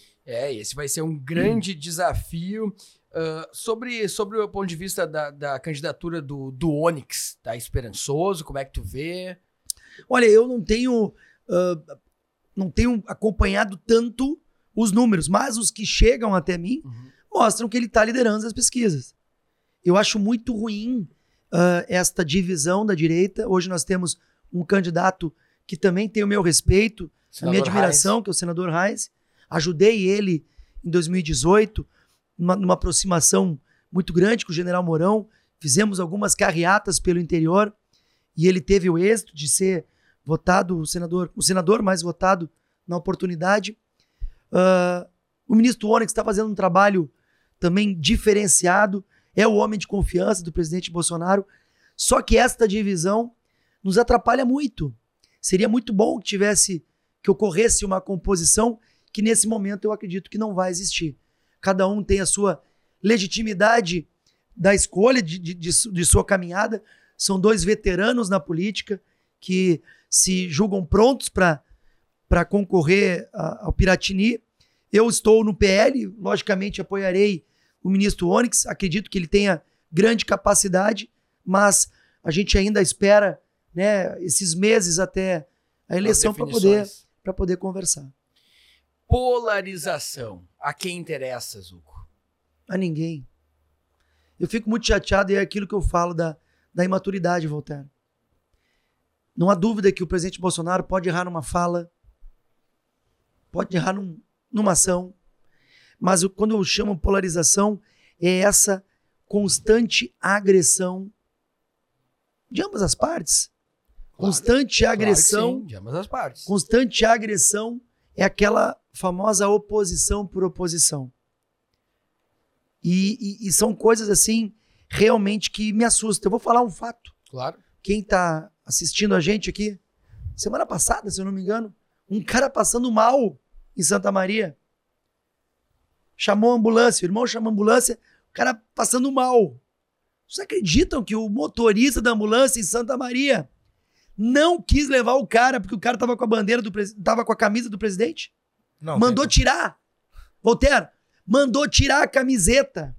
É, esse vai ser um grande hum. desafio. Uh, sobre, sobre o ponto de vista da, da candidatura do, do Onyx, tá esperançoso? Como é que tu vê? Olha, eu não tenho... Uh, não tenho acompanhado tanto os números, mas os que chegam até mim uhum. mostram que ele está liderando as pesquisas. Eu acho muito ruim uh, esta divisão da direita. Hoje nós temos um candidato que também tem o meu respeito, senador a minha admiração, Reis. Que é o senador Reis. Ajudei ele em dois mil e dezoito, numa, numa aproximação muito grande com o general Mourão. Fizemos algumas carreatas pelo interior e ele teve o êxito de ser votado, o senador, o senador mais votado na oportunidade. Uh, o ministro Onyx está fazendo um trabalho também diferenciado, é o homem de confiança do presidente Bolsonaro, só que esta divisão nos atrapalha muito. Seria muito bom que tivesse, que ocorresse uma composição que nesse momento eu acredito que não vai existir. Cada um tem a sua legitimidade da escolha de, de, de, de sua caminhada, são dois veteranos na política que se julgam prontos para concorrer a, ao Piratini. Eu estou no P L, logicamente apoiarei o ministro Onyx, acredito que ele tenha grande capacidade, mas a gente ainda espera, né, esses meses até a eleição para poder, para poder conversar. Polarização. A quem interessa, Zuco? A ninguém. Eu fico muito chateado e é aquilo que eu falo da, da imaturidade, Voltaire. Não há dúvida que o presidente Bolsonaro pode errar numa fala, pode errar num, numa ação, mas eu, quando eu chamo polarização, é essa constante agressão de ambas as partes. Claro, constante agressão. Claro que sim, de ambas as partes. Constante agressão é aquela famosa oposição por oposição. E, e, e são coisas assim, realmente, que me assustam. Eu vou falar um fato. Claro. Quem está assistindo a gente aqui, semana passada, se eu não me engano, um cara passando mal em Santa Maria. Chamou a ambulância, o irmão chamou a ambulância, O cara passando mal. Vocês acreditam que o motorista da ambulância em Santa Maria não quis levar o cara porque o cara tava com a bandeira do presidente, tava com a camisa do presidente? Não, mandou tem... tirar. Voltaire, mandou tirar a camiseta.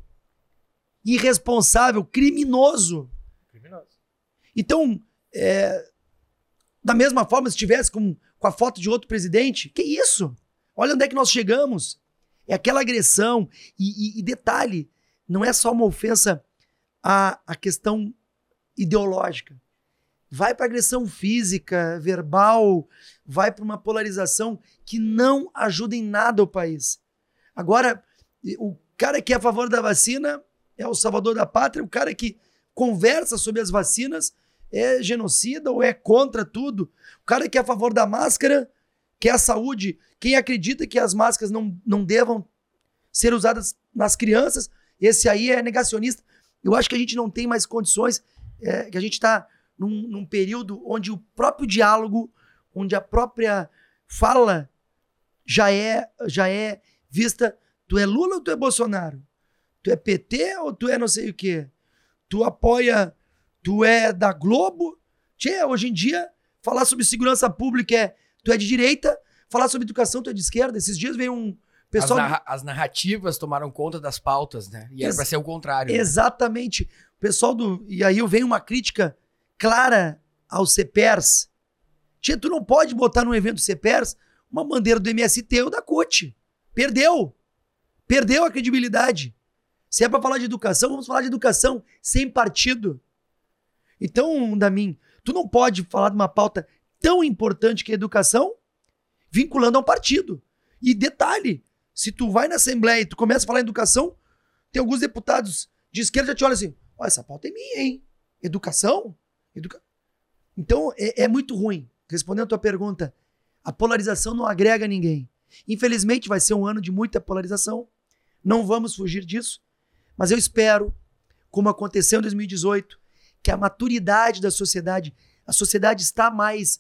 Irresponsável, criminoso. Criminoso. Então, é, da mesma forma, se tivesse com, com a foto de outro presidente, que isso? Olha onde é que nós chegamos. É aquela agressão. E, e, e detalhe, não é só uma ofensa à, à questão ideológica. Vai para agressão física, verbal, vai para uma polarização que não ajuda em nada o país. Agora, o cara que é a favor da vacina é o salvador da pátria, o cara que conversa sobre as vacinas é genocida ou é contra tudo. O cara que é a favor da máscara, que é a saúde, quem acredita que as máscaras não, não devam ser usadas nas crianças, esse aí é negacionista. Eu acho que a gente não tem mais condições, é, que a gente está num, num período onde o próprio diálogo, onde a própria fala já é, já é vista, tu é Lula ou tu é Bolsonaro? Tu é P T ou tu é não sei o quê? Tu apoia, tu é da Globo? Tchê, hoje em dia, falar sobre segurança pública é, tu é de direita, falar sobre educação tu é de esquerda. Esses dias veio um pessoal... As, narra- as narrativas tomaram conta das pautas, né? E era Ex- pra ser o contrário. Exatamente. Né? O pessoal do... E aí vem uma crítica clara aos C P E R S. Tchê, tu não pode botar num evento C P E R S uma bandeira do M S T ou da C U T. Perdeu. Perdeu a credibilidade. Se é para falar de educação, vamos falar de educação sem partido. Então, Damin, tu não pode falar de uma pauta tão importante que é a educação vinculando a um partido. E detalhe, se tu vai na Assembleia e tu começa a falar em educação, tem alguns deputados de esquerda que já te olham assim, ó, essa pauta é minha, hein? Educação? Educa... Então, é, é muito ruim. Respondendo a tua pergunta, a polarização não agrega ninguém. Infelizmente, vai ser um ano de muita polarização. Não vamos fugir disso. Mas eu espero, como aconteceu em dois mil e dezoito, que a maturidade da sociedade, a sociedade está mais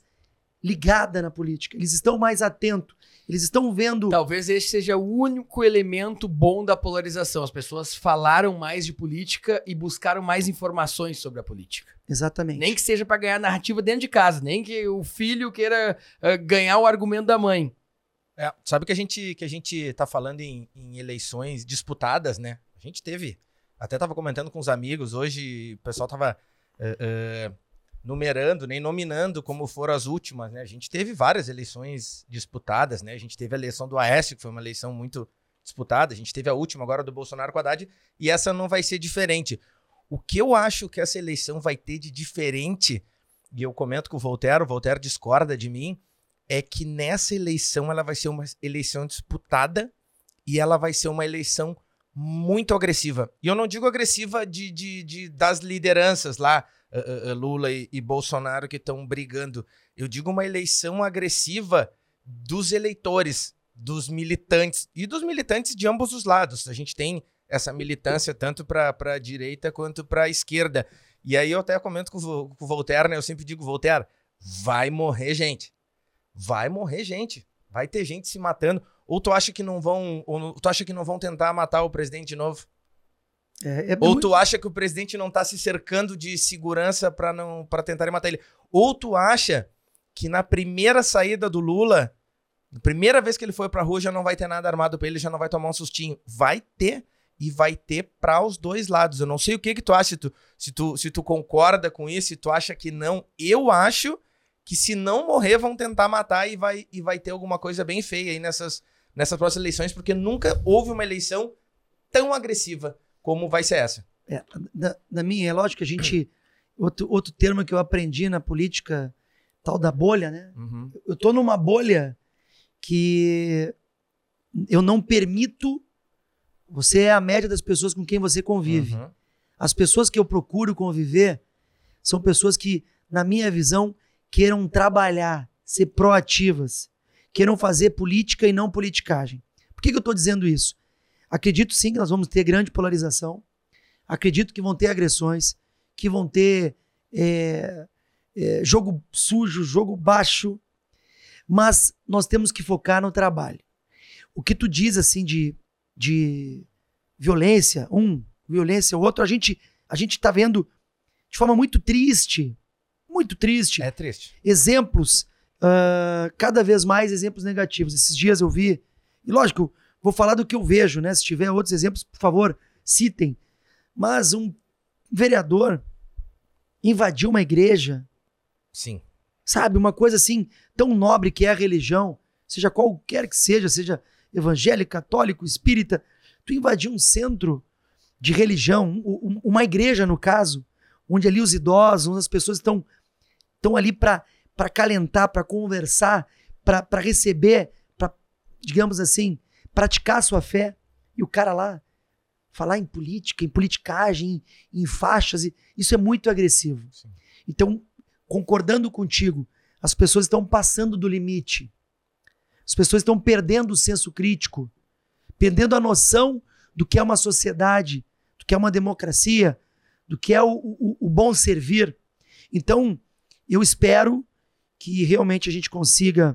ligada na política. Eles estão mais atentos. Eles estão vendo... Talvez esse seja o único elemento bom da polarização. As pessoas falaram mais de política e buscaram mais informações sobre a política. Exatamente. Nem que seja para ganhar narrativa dentro de casa. Nem que o filho queira uh, ganhar o argumento da mãe. É, sabe que a gente, que a gente tá falando em, em eleições disputadas, né? A gente teve, até tava comentando com os amigos, hoje o pessoal tava uh, uh, numerando, nem né, nominando como foram as últimas, né? A gente teve várias eleições disputadas, né? A gente teve a eleição do Aécio, que foi uma eleição muito disputada, a gente teve a última agora do Bolsonaro com a Haddad, e essa não vai ser diferente. O que eu acho que essa eleição vai ter de diferente, e eu comento com o Voltaire, o Voltaire discorda de mim, é que nessa eleição ela vai ser uma eleição disputada e ela vai ser uma eleição muito agressiva. E eu não digo agressiva de, de, de, das lideranças lá, uh, uh, Lula e, e Bolsonaro que estão brigando. Eu digo uma eleição agressiva dos eleitores, dos militantes e dos militantes de ambos os lados. A gente tem essa militância tanto para a direita quanto para a esquerda. E aí eu até comento com o, com o Voltaire, né? Eu sempre digo, Voltaire, vai morrer gente. Vai morrer gente. Vai ter gente se matando. Ou tu acha que não vão, ou tu acha que não vão tentar matar o presidente de novo? É, é ou muito... tu acha que o presidente não tá se cercando de segurança para não para tentarem matar ele? Ou tu acha que na primeira saída do Lula, na primeira vez que ele foi pra rua, já não vai ter nada armado pra ele, já não vai tomar um sustinho? Vai ter, e vai ter para os dois lados. Eu não sei o que que tu acha, se tu, se tu, se tu concorda com isso, se tu acha que não. Eu acho que se não morrer, vão tentar matar e vai, e vai ter alguma coisa bem feia aí nessas, nessas próximas eleições, porque nunca houve uma eleição tão agressiva como vai ser essa. É, na, na minha, é lógico que a gente... Outro, outro termo que eu aprendi na política, tal da bolha, né? Uhum. Eu tô numa bolha que eu não permito... Você é a média das pessoas com quem você convive. Uhum. As pessoas que eu procuro conviver são pessoas que, na minha visão, queiram trabalhar, ser proativas, queiram fazer política e não politicagem. Por que que eu estou dizendo isso? Acredito sim que nós vamos ter grande polarização, acredito que vão ter agressões, que vão ter é, é, jogo sujo, jogo baixo, mas nós temos que focar no trabalho. O que tu diz assim de, de violência, um, violência, o outro, a gente a gente está vendo de forma muito triste, muito triste, É triste. exemplos, uh, cada vez mais exemplos negativos. Esses dias eu vi, e lógico, vou falar do que eu vejo, né? Se tiver outros exemplos, por favor, citem. Mas um vereador invadiu uma igreja, Sim. sabe? Uma coisa assim, tão nobre que é a religião, seja qualquer que seja, seja evangélico, católico, espírita, tu invadiu um centro de religião, um- uma igreja no caso, onde ali os idosos, onde as pessoas estão, estão ali para calentar, para conversar, para receber, para, digamos assim, praticar a sua fé. E o cara lá falar em política, em politicagem, em, em faixas, e isso é muito agressivo. Sim. Então, concordando contigo, as pessoas estão passando do limite. As pessoas estão perdendo o senso crítico, perdendo a noção do que é uma sociedade, do que é uma democracia, do que é o, o, o bom servir. Então, eu espero que realmente a gente consiga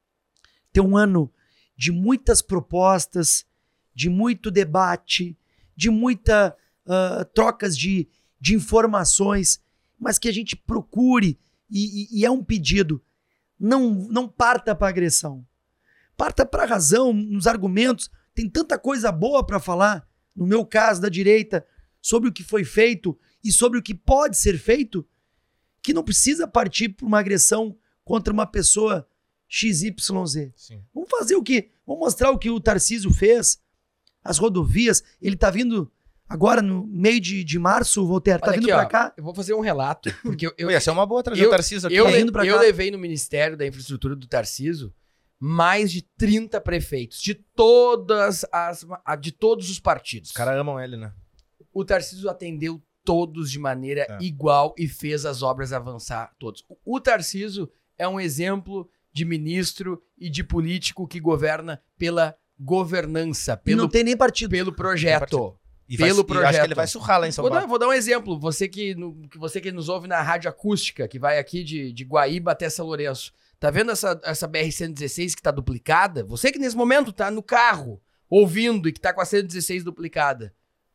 ter um ano de muitas propostas, de muito debate, de muita uh, trocas de, de informações, mas que a gente procure, e, e, e é um pedido, não, não parta para agressão. Parta para a razão, nos argumentos. Tem tanta coisa boa para falar, no meu caso, da direita, sobre o que foi feito e sobre o que pode ser feito, que não precisa partir para uma agressão contra uma pessoa X Y Z. Sim. Vamos fazer o que? Vamos mostrar o que o Tarcísio fez, as rodovias. Ele tá vindo agora no meio de, de março, Voltaire, tá Olha vindo aqui, pra ó, cá. Eu vou fazer um relato, porque eu, eu, Ia ser uma boa trazer eu- o Tarcísio aqui. eu, Tá le- indo pra eu cá. levei no Ministério da Infraestrutura do Tarcísio mais de trinta prefeitos, de todas as a- de todos os partidos. Os caras amam ele, né? O Tarcísio atendeu todos de maneira É. igual e fez as obras avançar todos. O- O Tarcísio é um exemplo de ministro e de político que governa pela governança, E pelo, não tem nem partido. pelo projeto. partido. E Pelo vai, e eu acho projeto. que ele vai surrar lá em São Vou dar, Paulo. vou dar um exemplo. Você que, no- que você que nos ouve na rádio acústica, que vai aqui de, de Guaíba até São Lourenço. Tá vendo essa, essa B R cento e dezesseis que tá duplicada? Você que nesse momento tá no carro, ouvindo e que tá com a cento e dezesseis duplicada.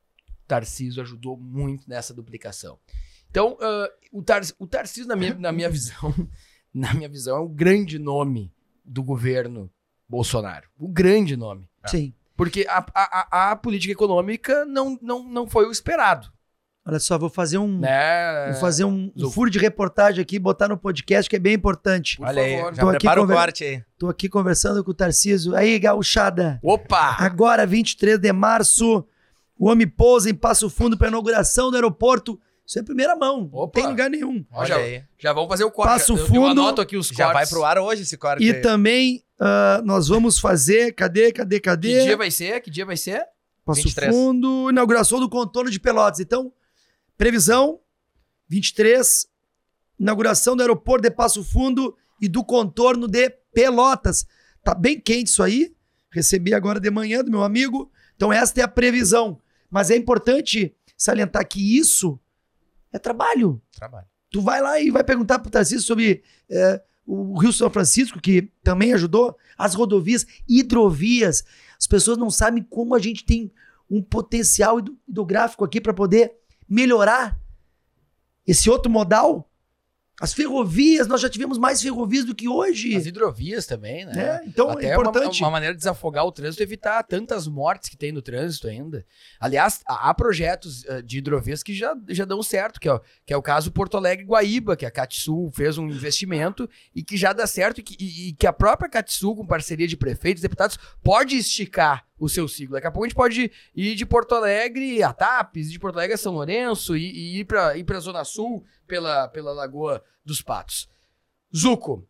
Tarcísio ajudou muito nessa duplicação. Então, ah, o, Tar, o Tarcísio, na minha, na minha visão, na minha visão, é um grande nome do governo Bolsonaro. O grande nome. Sim. Porque a, a, a, a política econômica não, não, não foi o esperado. Olha só, vou fazer um, Né? vou fazer um, um Zuc. furo de reportagem aqui, botar no podcast, que é bem importante. Por Olha favor. aí, já Tô aqui prepara o conver- corte aí. Tô aqui conversando com o Tarcísio. Aí, gauchada. Opa! Agora, vinte e três de março, o homem pousa em Passo Fundo para inauguração do aeroporto. Isso é primeira mão. Não Opa. tem lugar nenhum. Ó, Olha já, aí. já vamos fazer o corte. Passo eu, eu Fundo, anoto aqui os Já vai cortes. pro ar hoje esse corte E aí. também ah, nós vamos fazer. Cadê, cadê, Que cadê? dia vai ser? Que dia vai ser? Passo vinte e três. Fundo, inauguração do contorno de Pelotas. Então, previsão: vinte e três, inauguração do aeroporto de Passo Fundo e do contorno de Pelotas. Tá bem quente isso aí. Recebi agora de manhã do meu amigo. Então, esta é a previsão. Mas é importante salientar que isso é trabalho. Trabalho. Tu vai lá e vai perguntar pro Tarcísio sobre é, o Rio São Francisco, que também ajudou, as rodovias, hidrovias. As pessoas não sabem como a gente tem um potencial hidro- hidrográfico aqui para poder melhorar esse outro modal. As ferrovias, nós já tivemos mais ferrovias do que hoje. As hidrovias também, né? né? Então Até é uma- importante. Uma, maneira de desafogar o trânsito, evitar tantas mortes que tem no trânsito ainda. Aliás, há há projetos eh, de hidrovias que já, já dão certo, que é, o- que é o caso Porto Alegre-Guaíba, que a Catsul fez um investimento e que já dá certo e que, e- e que a própria Catsul, com parceria de prefeitos, deputados, pode esticar o seu ciclo. Daqui a pouco a gente pode ir de Porto Alegre a Tapes, de Porto Alegre a São Lourenço e, e ir para ir a Zona Sul pela, pela Lagoa dos Patos. Zuco,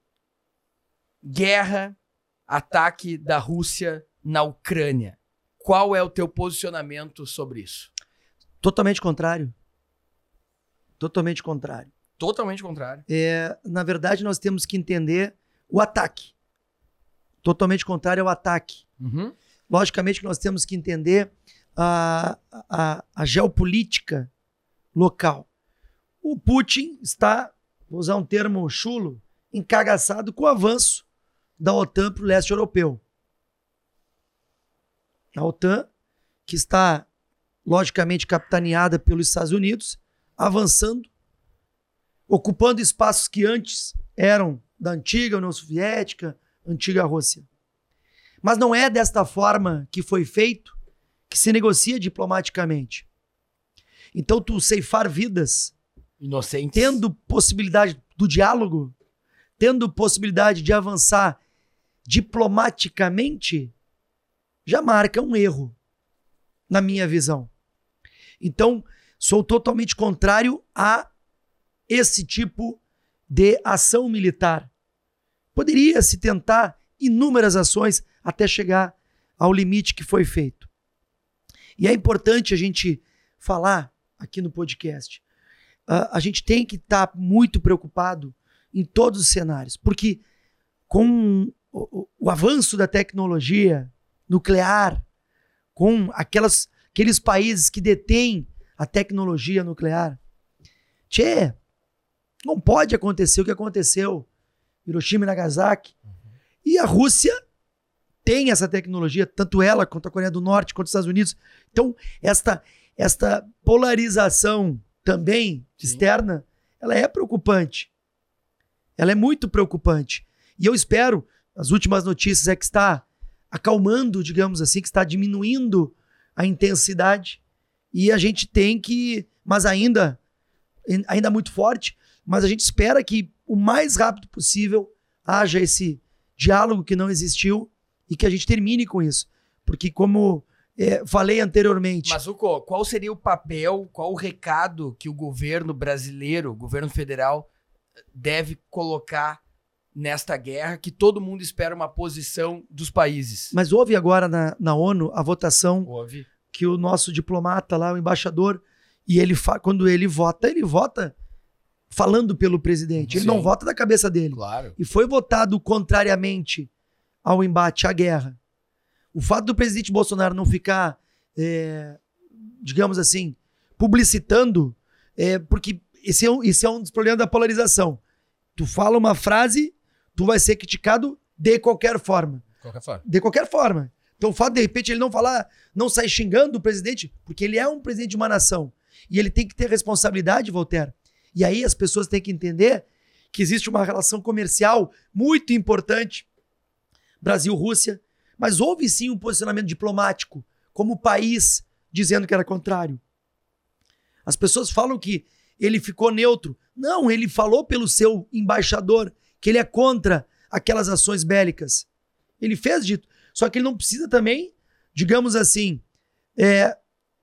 guerra, ataque da Rússia na Ucrânia. Qual é o teu posicionamento sobre isso? Totalmente contrário. Totalmente contrário. Totalmente contrário. É, na verdade, nós temos que entender o ataque. Totalmente contrário ao ataque. Uhum. Logicamente que nós temos que entender a, a, a geopolítica local. O Putin está, vou usar um termo chulo, encagaçado com o avanço da OTAN para o leste europeu. A OTAN, que está logicamente capitaneada pelos Estados Unidos, avançando, ocupando espaços que antes eram da antiga União Soviética, antiga Rússia. Mas não é desta forma que foi feito que se negocia diplomaticamente. Então, tu ceifar vidas, inocentes, tendo possibilidade do diálogo, tendo possibilidade de avançar diplomaticamente, já marca um erro, na minha visão. Então, sou totalmente contrário a esse tipo de ação militar. Poderia se tentar inúmeras ações até chegar ao limite que foi feito. E é importante a gente falar aqui no podcast. Uh, a gente tem que estar tá muito preocupado em todos os cenários, porque com o, o avanço da tecnologia nuclear, com aquelas, aqueles países que detêm a tecnologia nuclear, tchê, não pode acontecer o que aconteceu em Hiroshima e Nagasaki. Uhum. E a Rússia tem essa tecnologia, tanto ela quanto a Coreia do Norte, quanto os Estados Unidos. Então, esta, esta polarização também externa, ela é preocupante. Ela é muito preocupante. E eu espero, as últimas notícias é que está acalmando, digamos assim, que está diminuindo a intensidade. E a gente tem que, mas ainda, ainda muito forte, mas a gente espera que o mais rápido possível haja esse diálogo que não existiu e que a gente termine com isso. Porque como é, falei anteriormente... Mas, Zucco, qual seria o papel, qual o recado que o governo brasileiro, o governo federal, deve colocar nesta guerra, que todo mundo espera uma posição dos países? Mas houve agora na, na ONU a votação houve. Que o nosso diplomata lá, o embaixador, e ele fa- quando ele vota, ele vota falando pelo presidente. Ele Sim. não vota da cabeça dele. Claro. E foi votado contrariamente ao embate, à guerra. O fato do presidente Bolsonaro não ficar, é, digamos assim, publicitando, é, porque esse é, um, esse é um dos problemas da polarização. Tu fala uma frase, tu vai ser criticado de qualquer forma. Qualquer forma. De qualquer forma. Então o fato de, de repente, ele não falar, não sair xingando o presidente, porque ele é um presidente de uma nação. E ele tem que ter responsabilidade, Voltaire. E aí as pessoas têm que entender que existe uma relação comercial muito importante, Brasil-Rússia, mas houve sim um posicionamento diplomático, como país, dizendo que era contrário. As pessoas falam que ele ficou neutro. Não, ele falou pelo seu embaixador que ele é contra aquelas ações bélicas. Ele fez dito. Só que ele não precisa também, digamos assim, é,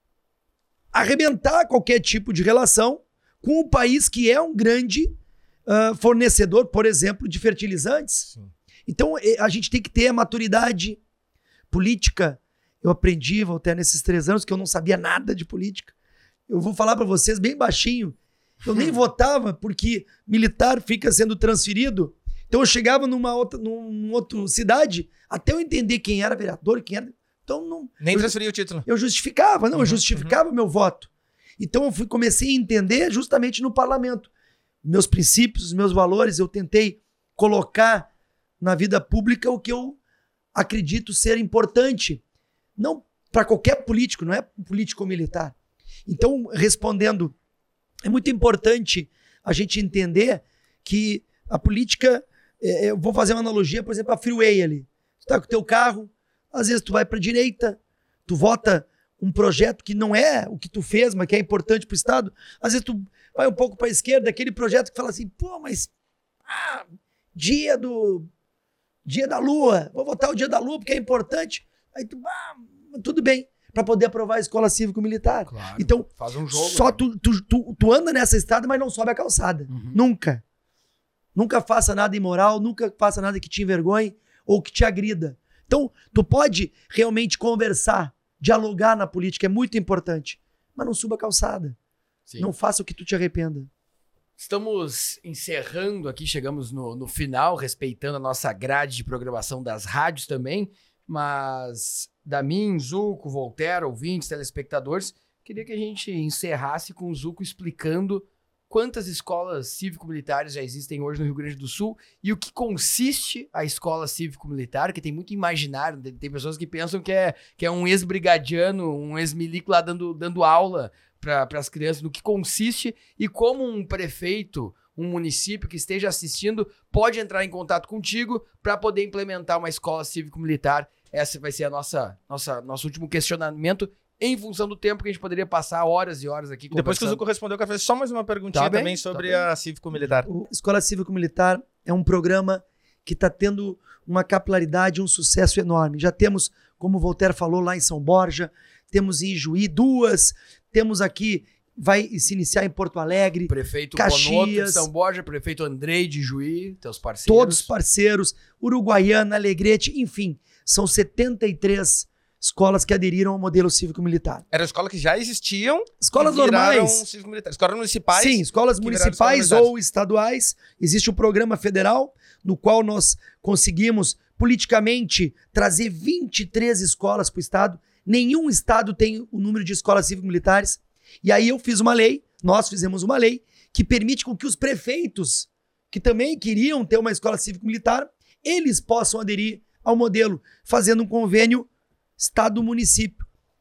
arrebentar qualquer tipo de relação com um país que é um grande uh, fornecedor, por exemplo, de fertilizantes. Sim. Então, a gente tem que ter a maturidade política. Eu aprendi, Voltaire, nesses três anos, que eu não sabia nada de política. Eu vou falar para vocês bem baixinho. Eu nem votava, porque militar fica sendo transferido. Então, eu chegava numa outra, numa outra cidade, até eu entender quem era vereador, quem era... Então, não... Nem eu, transferia o título. Eu justificava, não, uhum, eu justificava o uhum. meu voto. Então, eu fui, comecei a entender justamente no parlamento. Meus princípios, os meus valores, eu tentei colocar na vida pública o que eu acredito ser importante. Não para qualquer político, não é político ou militar. Então, respondendo, é muito importante a gente entender que a política, é, eu vou fazer uma analogia, por exemplo, a freeway ali. Tu tá com o teu carro, às vezes tu vai para a direita, tu vota um projeto que não é o que tu fez, mas que é importante para o Estado. Às vezes tu vai um pouco para a esquerda, aquele projeto que fala assim, pô, mas ah, dia do dia da Lua, vou votar o dia da Lua porque é importante. Aí tu, ah, tudo bem, para poder aprovar a escola cívico-militar. Claro, então, faz um jogo, só né? tu, tu, tu, tu anda nessa estrada, mas não sobe a calçada. Uhum. Nunca. Nunca faça nada imoral, nunca faça nada que te envergonhe ou que te agrida. Então, tu pode realmente conversar, dialogar na política, é muito importante, mas não suba a calçada. Sim. Não faça o que tu te arrependa. Estamos encerrando aqui, chegamos no, no final, respeitando a nossa grade de programação das rádios também, mas da mim, Zucco, Voltaire, ouvintes, telespectadores, queria que a gente encerrasse com o Zucco explicando quantas escolas cívico-militares já existem hoje no Rio Grande do Sul e o que consiste a escola cívico-militar, que tem muito imaginário, tem pessoas que pensam que é, que é um ex-brigadiano, um ex-milico lá dando, dando aula para as crianças, no que consiste e como um prefeito, um município que esteja assistindo pode entrar em contato contigo para poder implementar uma escola cívico-militar. Essa vai ser a nossa, nossa nosso último questionamento, em função do tempo que a gente poderia passar horas e horas aqui conversando. Depois que o Zuco respondeu, eu quero fazer só mais uma perguntinha Tá bem, também sobre tá a Cívico-Militar. O Escola Cívico-Militar é um programa que está tendo uma capilaridade, um sucesso enorme. Já temos, como o Voltaire falou, lá em São Borja, temos em Ijuí duas, temos aqui, vai se iniciar em Porto Alegre, Prefeito Caxias, Bonoto de São Borja, prefeito Andrei de Juí, teus parceiros. todos parceiros, Uruguaiana, Alegrete, enfim, são setenta e três escolas que aderiram ao modelo cívico-militar. Era escola que já existiam. Escolas e viraram normais. Cívico-militar. Escolas municipais. Sim, escolas que municipais viraram ou estaduais. Existe um programa federal no qual nós conseguimos politicamente trazer vinte e três escolas para o estado. Nenhum estado tem o número de escolas cívico-militares. E aí eu fiz uma lei, nós fizemos uma lei, que permite com que os prefeitos, que também queriam ter uma escola cívico-militar, eles possam aderir ao modelo, fazendo um convênio Estado-município,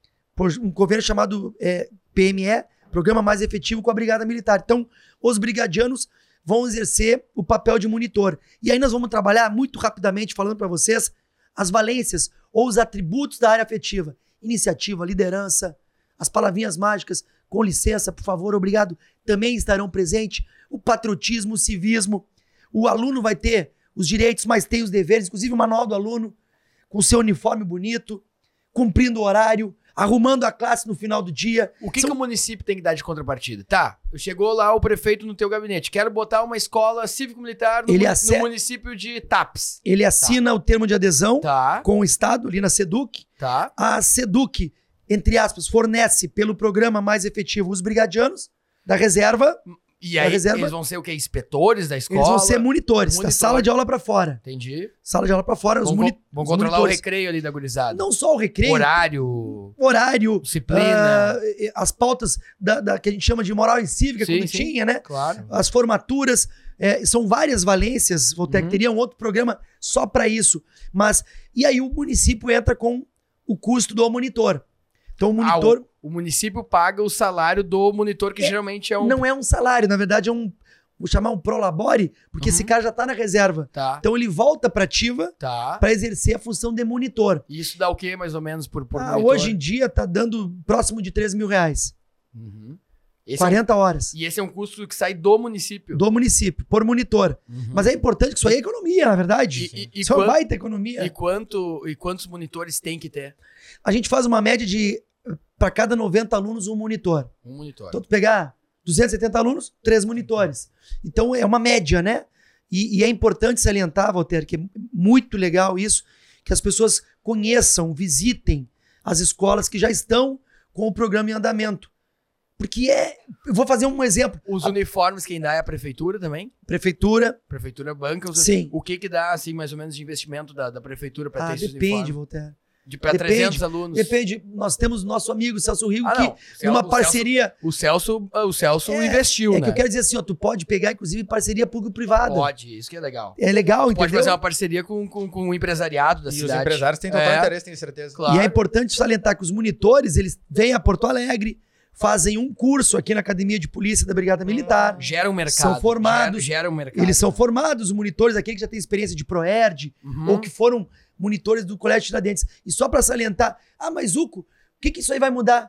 um convênio chamado é, P M E, Programa Mais Efetivo com a Brigada Militar. Então, os brigadianos vão exercer o papel de monitor. E aí nós vamos trabalhar muito rapidamente, falando para vocês, as valências ou os atributos da área afetiva. Iniciativa, liderança, as palavrinhas mágicas, com licença, por favor, obrigado, também estarão presentes. O patriotismo, o civismo. O aluno vai ter os direitos, mas tem os deveres, inclusive o manual do aluno, com seu uniforme bonito, cumprindo o horário, arrumando a classe no final do dia. O que, São... que o município tem que dar de contrapartida? Tá, chegou lá o prefeito no teu gabinete, quero botar uma escola cívico-militar no, Ele mu- ace- no município de Tapes. Ele assina o termo de adesão Tá, com o Estado, ali na SEDUC. tá. A SEDUC, entre aspas, fornece pelo programa Mais Efetivo os brigadianos da reserva. E Da aí reserva? eles vão ser o quê? Inspetores da escola? Eles vão ser monitores, da Monitor. sala de aula para fora. Entendi. Sala de aula para fora, os, Vão, moni- con- vão os controlar o monitores. recreio ali da gurizada. Não só o recreio, Horário, horário, disciplina. ah, as pautas da, da- que a gente chama de moral e cívica, Sim, quando sim. tinha, né? Claro. As formaturas, é, são várias valências, vou ter Uhum. teria um outro programa só para isso. Mas, e aí o município entra com o custo do monitor. Então o monitor Ah, o, o município paga o salário do monitor, que É, geralmente é um... não é um salário, na verdade é um, vou chamar um prolabore, porque Uhum. esse cara já tá na reserva. Tá, Então ele volta para ativa tá. para exercer a função de monitor. E isso dá o quê, mais ou menos, por, por Ah, monitor? hoje em dia tá dando próximo de três mil reais. Uhum. Esse é um- quarenta horas. E esse é um custo que sai do município. Do município, por monitor. Uhum. Mas é importante que isso aí é economia, na verdade. E- e- e isso é uma quant- baita economia. E, quanto, e quantos monitores tem que ter? A gente faz uma média de, para cada noventa alunos, um monitor. Um monitor. Então, tu pegar duzentos e setenta alunos, três monitores. Então, é uma média, né? E, e é importante salientar, Walter, que é muito legal isso, que as pessoas conheçam, visitem as escolas que já estão com o programa em andamento. Porque é... Eu vou fazer um exemplo. Os A uniformes quem dá é a prefeitura também? prefeitura... Prefeitura banca? Os... Sim. O que que dá, assim, mais ou menos, de investimento da, da prefeitura para Ah, ter esses depende, uniformes? Walter. De para Depende, trezentos alunos? Depende. Nós temos nosso amigo Celso Rio, Ah, que não. Cel- numa o parceria... O Celso, o Celso É, investiu, É né? que eu quero dizer assim, ó, tu pode pegar, inclusive, parceria público-privada. Pode, isso que é legal. É legal, Pode entendeu? fazer uma parceria com, com, com o empresariado da E os cidade. empresários têm total É. interesse, tenho certeza. Claro. E é importante salientar que os monitores, eles vêm a Porto Alegre, fazem um curso aqui na Academia de Polícia da Brigada Militar. Gera um mercado. São formados. Gera, gera um mercado. Eles são formados, os monitores, aqueles que já têm experiência de Proerd, Uhum. ou que foram monitores do Colégio Tiradentes. E só para salientar, ah, mas Zuco, o que, que isso aí vai mudar?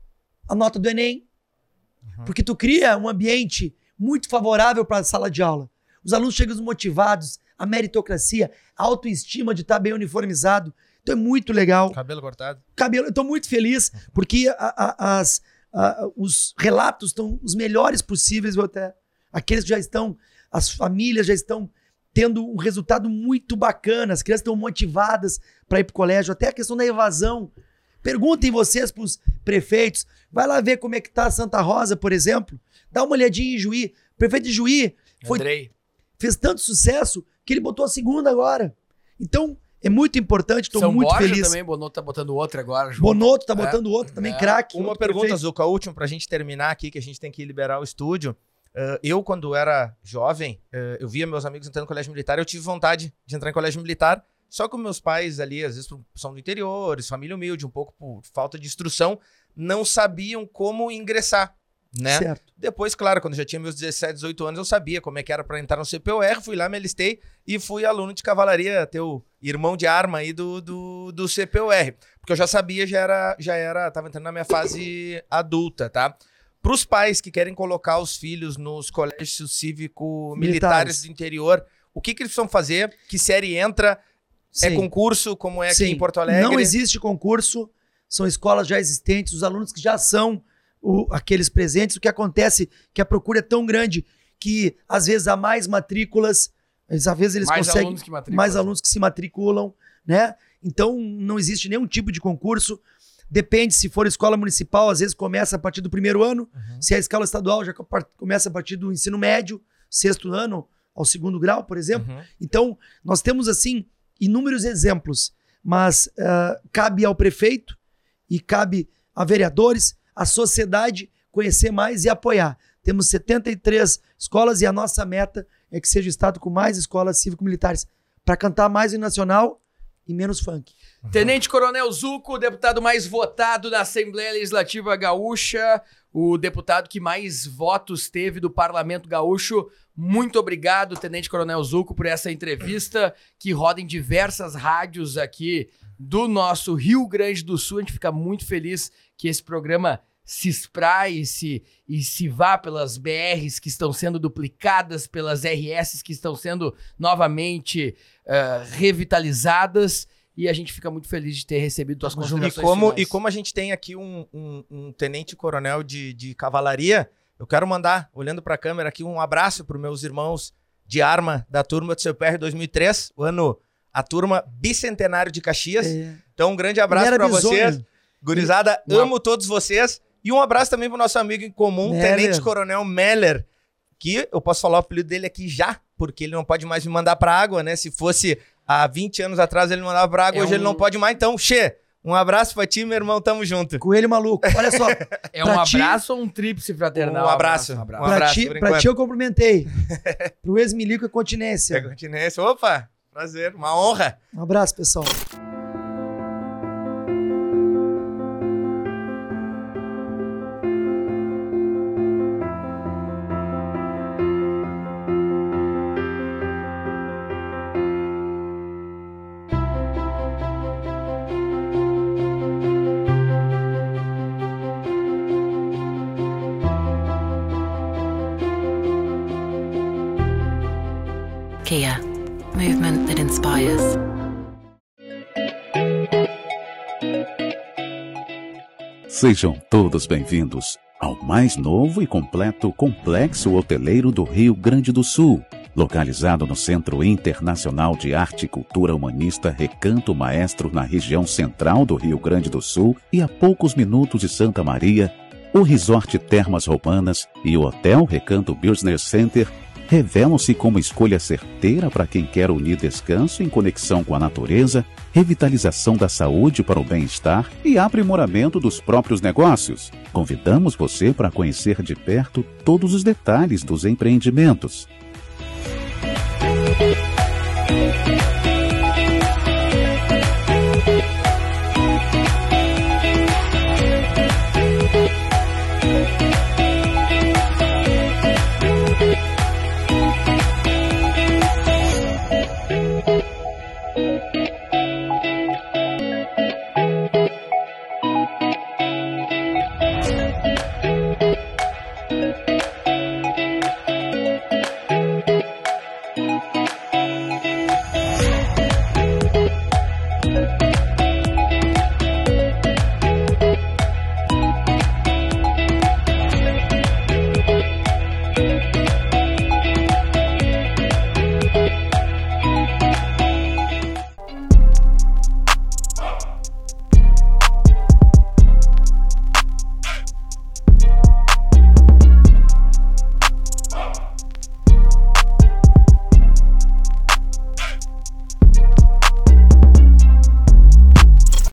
A nota do Enem. Porque tu cria um ambiente muito favorável para a sala de aula. Os alunos chegam motivados, a meritocracia, a autoestima de estar bem uniformizado. Então é muito legal. Cabelo cortado. Cabelo, eu tô muito feliz, porque a- a- as, a- os relatos estão os melhores possíveis, vou até. Aqueles que já estão, as famílias já estão tendo um resultado muito bacana, as crianças estão motivadas para ir pro colégio, até a questão da evasão. Perguntem vocês pros prefeitos, vai lá ver como é que tá Santa Rosa, por exemplo, dá uma olhadinha em Juí. O prefeito de Juí foi, Andrei. fez tanto sucesso que ele botou a segunda agora. Então, é muito importante, estou São muito Borja feliz. também, Bonoto tá botando outra agora. Junto. Bonoto tá É. botando outro também, É. craque. Uma outro pergunta, prefeito. Zuca, a última pra gente terminar aqui, que a gente tem que liberar o estúdio. Uh, eu, quando era jovem, uh, eu via meus amigos entrando no colégio militar, eu tive vontade de entrar em colégio militar, só que meus pais ali, às vezes, são do interior, família humilde, um pouco por falta de instrução, não sabiam como ingressar, né? Certo. Depois, claro, quando eu já tinha meus dezessete, dezoito anos, eu sabia como é que era para entrar no C P U R, fui lá, me alistei e fui aluno de cavalaria, teu irmão de arma aí do, do, do C P U R, porque eu já sabia, já era, já era, tava entrando na minha fase adulta, tá? Para os pais que querem colocar os filhos nos colégios cívico-militares do interior, o que, que eles precisam fazer? Que série entra? Sim. É concurso, como é aqui Sim. em Porto Alegre? Não existe concurso, são escolas já existentes, os alunos que já são o, aqueles presentes. O que acontece é que a procura é tão grande que, às vezes, há mais matrículas, às vezes eles mais conseguem alunos que mais alunos que se matriculam, né? Então, não existe nenhum tipo de concurso. Depende, se for escola municipal, às vezes começa a partir do primeiro ano. Uhum. Se é escola estadual, já começa a partir do ensino médio, sexto ano ao segundo grau, por exemplo. Uhum. Então, nós temos, assim, inúmeros exemplos. Mas uh, cabe ao prefeito e cabe a vereadores, a sociedade, conhecer mais e apoiar. Temos setenta e três escolas e a nossa meta é que seja o estado com mais escolas cívico-militares para cantar mais em nacional e menos funk. Uhum. Tenente Coronel Zuco, o deputado mais votado na Assembleia Legislativa Gaúcha, o deputado que mais votos teve do Parlamento Gaúcho. Muito obrigado, Tenente Coronel Zuco, por essa entrevista que roda em diversas rádios aqui do nosso Rio Grande do Sul. A gente fica muito feliz que esse programa se espraie se, e se vá pelas B Rs que estão sendo duplicadas, pelas R S que estão sendo novamente uh, revitalizadas. E a gente fica muito feliz de ter recebido tuas considerações e como finais. E como a gente tem aqui um, um, um tenente-coronel de, de cavalaria, eu quero mandar, olhando para a câmera aqui, um abraço para os meus irmãos de arma da turma do C P R dois mil e três, o ano, a turma bicentenário de Caxias. É. Então, um grande abraço para vocês. Gurizada, Ele... amo todos vocês. E um abraço também para o nosso amigo em comum, Meller. Tenente-coronel Meller, que eu posso falar o apelido dele aqui já, porque ele não pode mais me mandar para água, né? Se fosse há vinte anos atrás ele mandava para água, é hoje um... ele não pode mais. Então, Xê, um abraço pra ti, meu irmão, tamo junto. Coelho maluco, olha só. É um abraço ti... ou um tríplice fraternal? Um abraço. Um abraço. Um abraço pra, ti, pra ti eu cumprimentei. Pro ex-milico é continência. É continência. Opa, prazer, uma honra. Um abraço, pessoal. Kia, movement that inspires. Sejam todos bem-vindos ao mais novo e completo complexo hoteleiro do Rio Grande do Sul, localizado no Centro Internacional de Arte e Cultura Humanista Recanto Maestro, na região central do Rio Grande do Sul e a poucos minutos de Santa Maria. O Resort Termas Romanas e o Hotel Recanto Business Center revelam-se como escolha certeira para quem quer unir descanso em conexão com a natureza, revitalização da saúde para o bem-estar e aprimoramento dos próprios negócios. Convidamos você para conhecer de perto todos os detalhes dos empreendimentos. Thank you.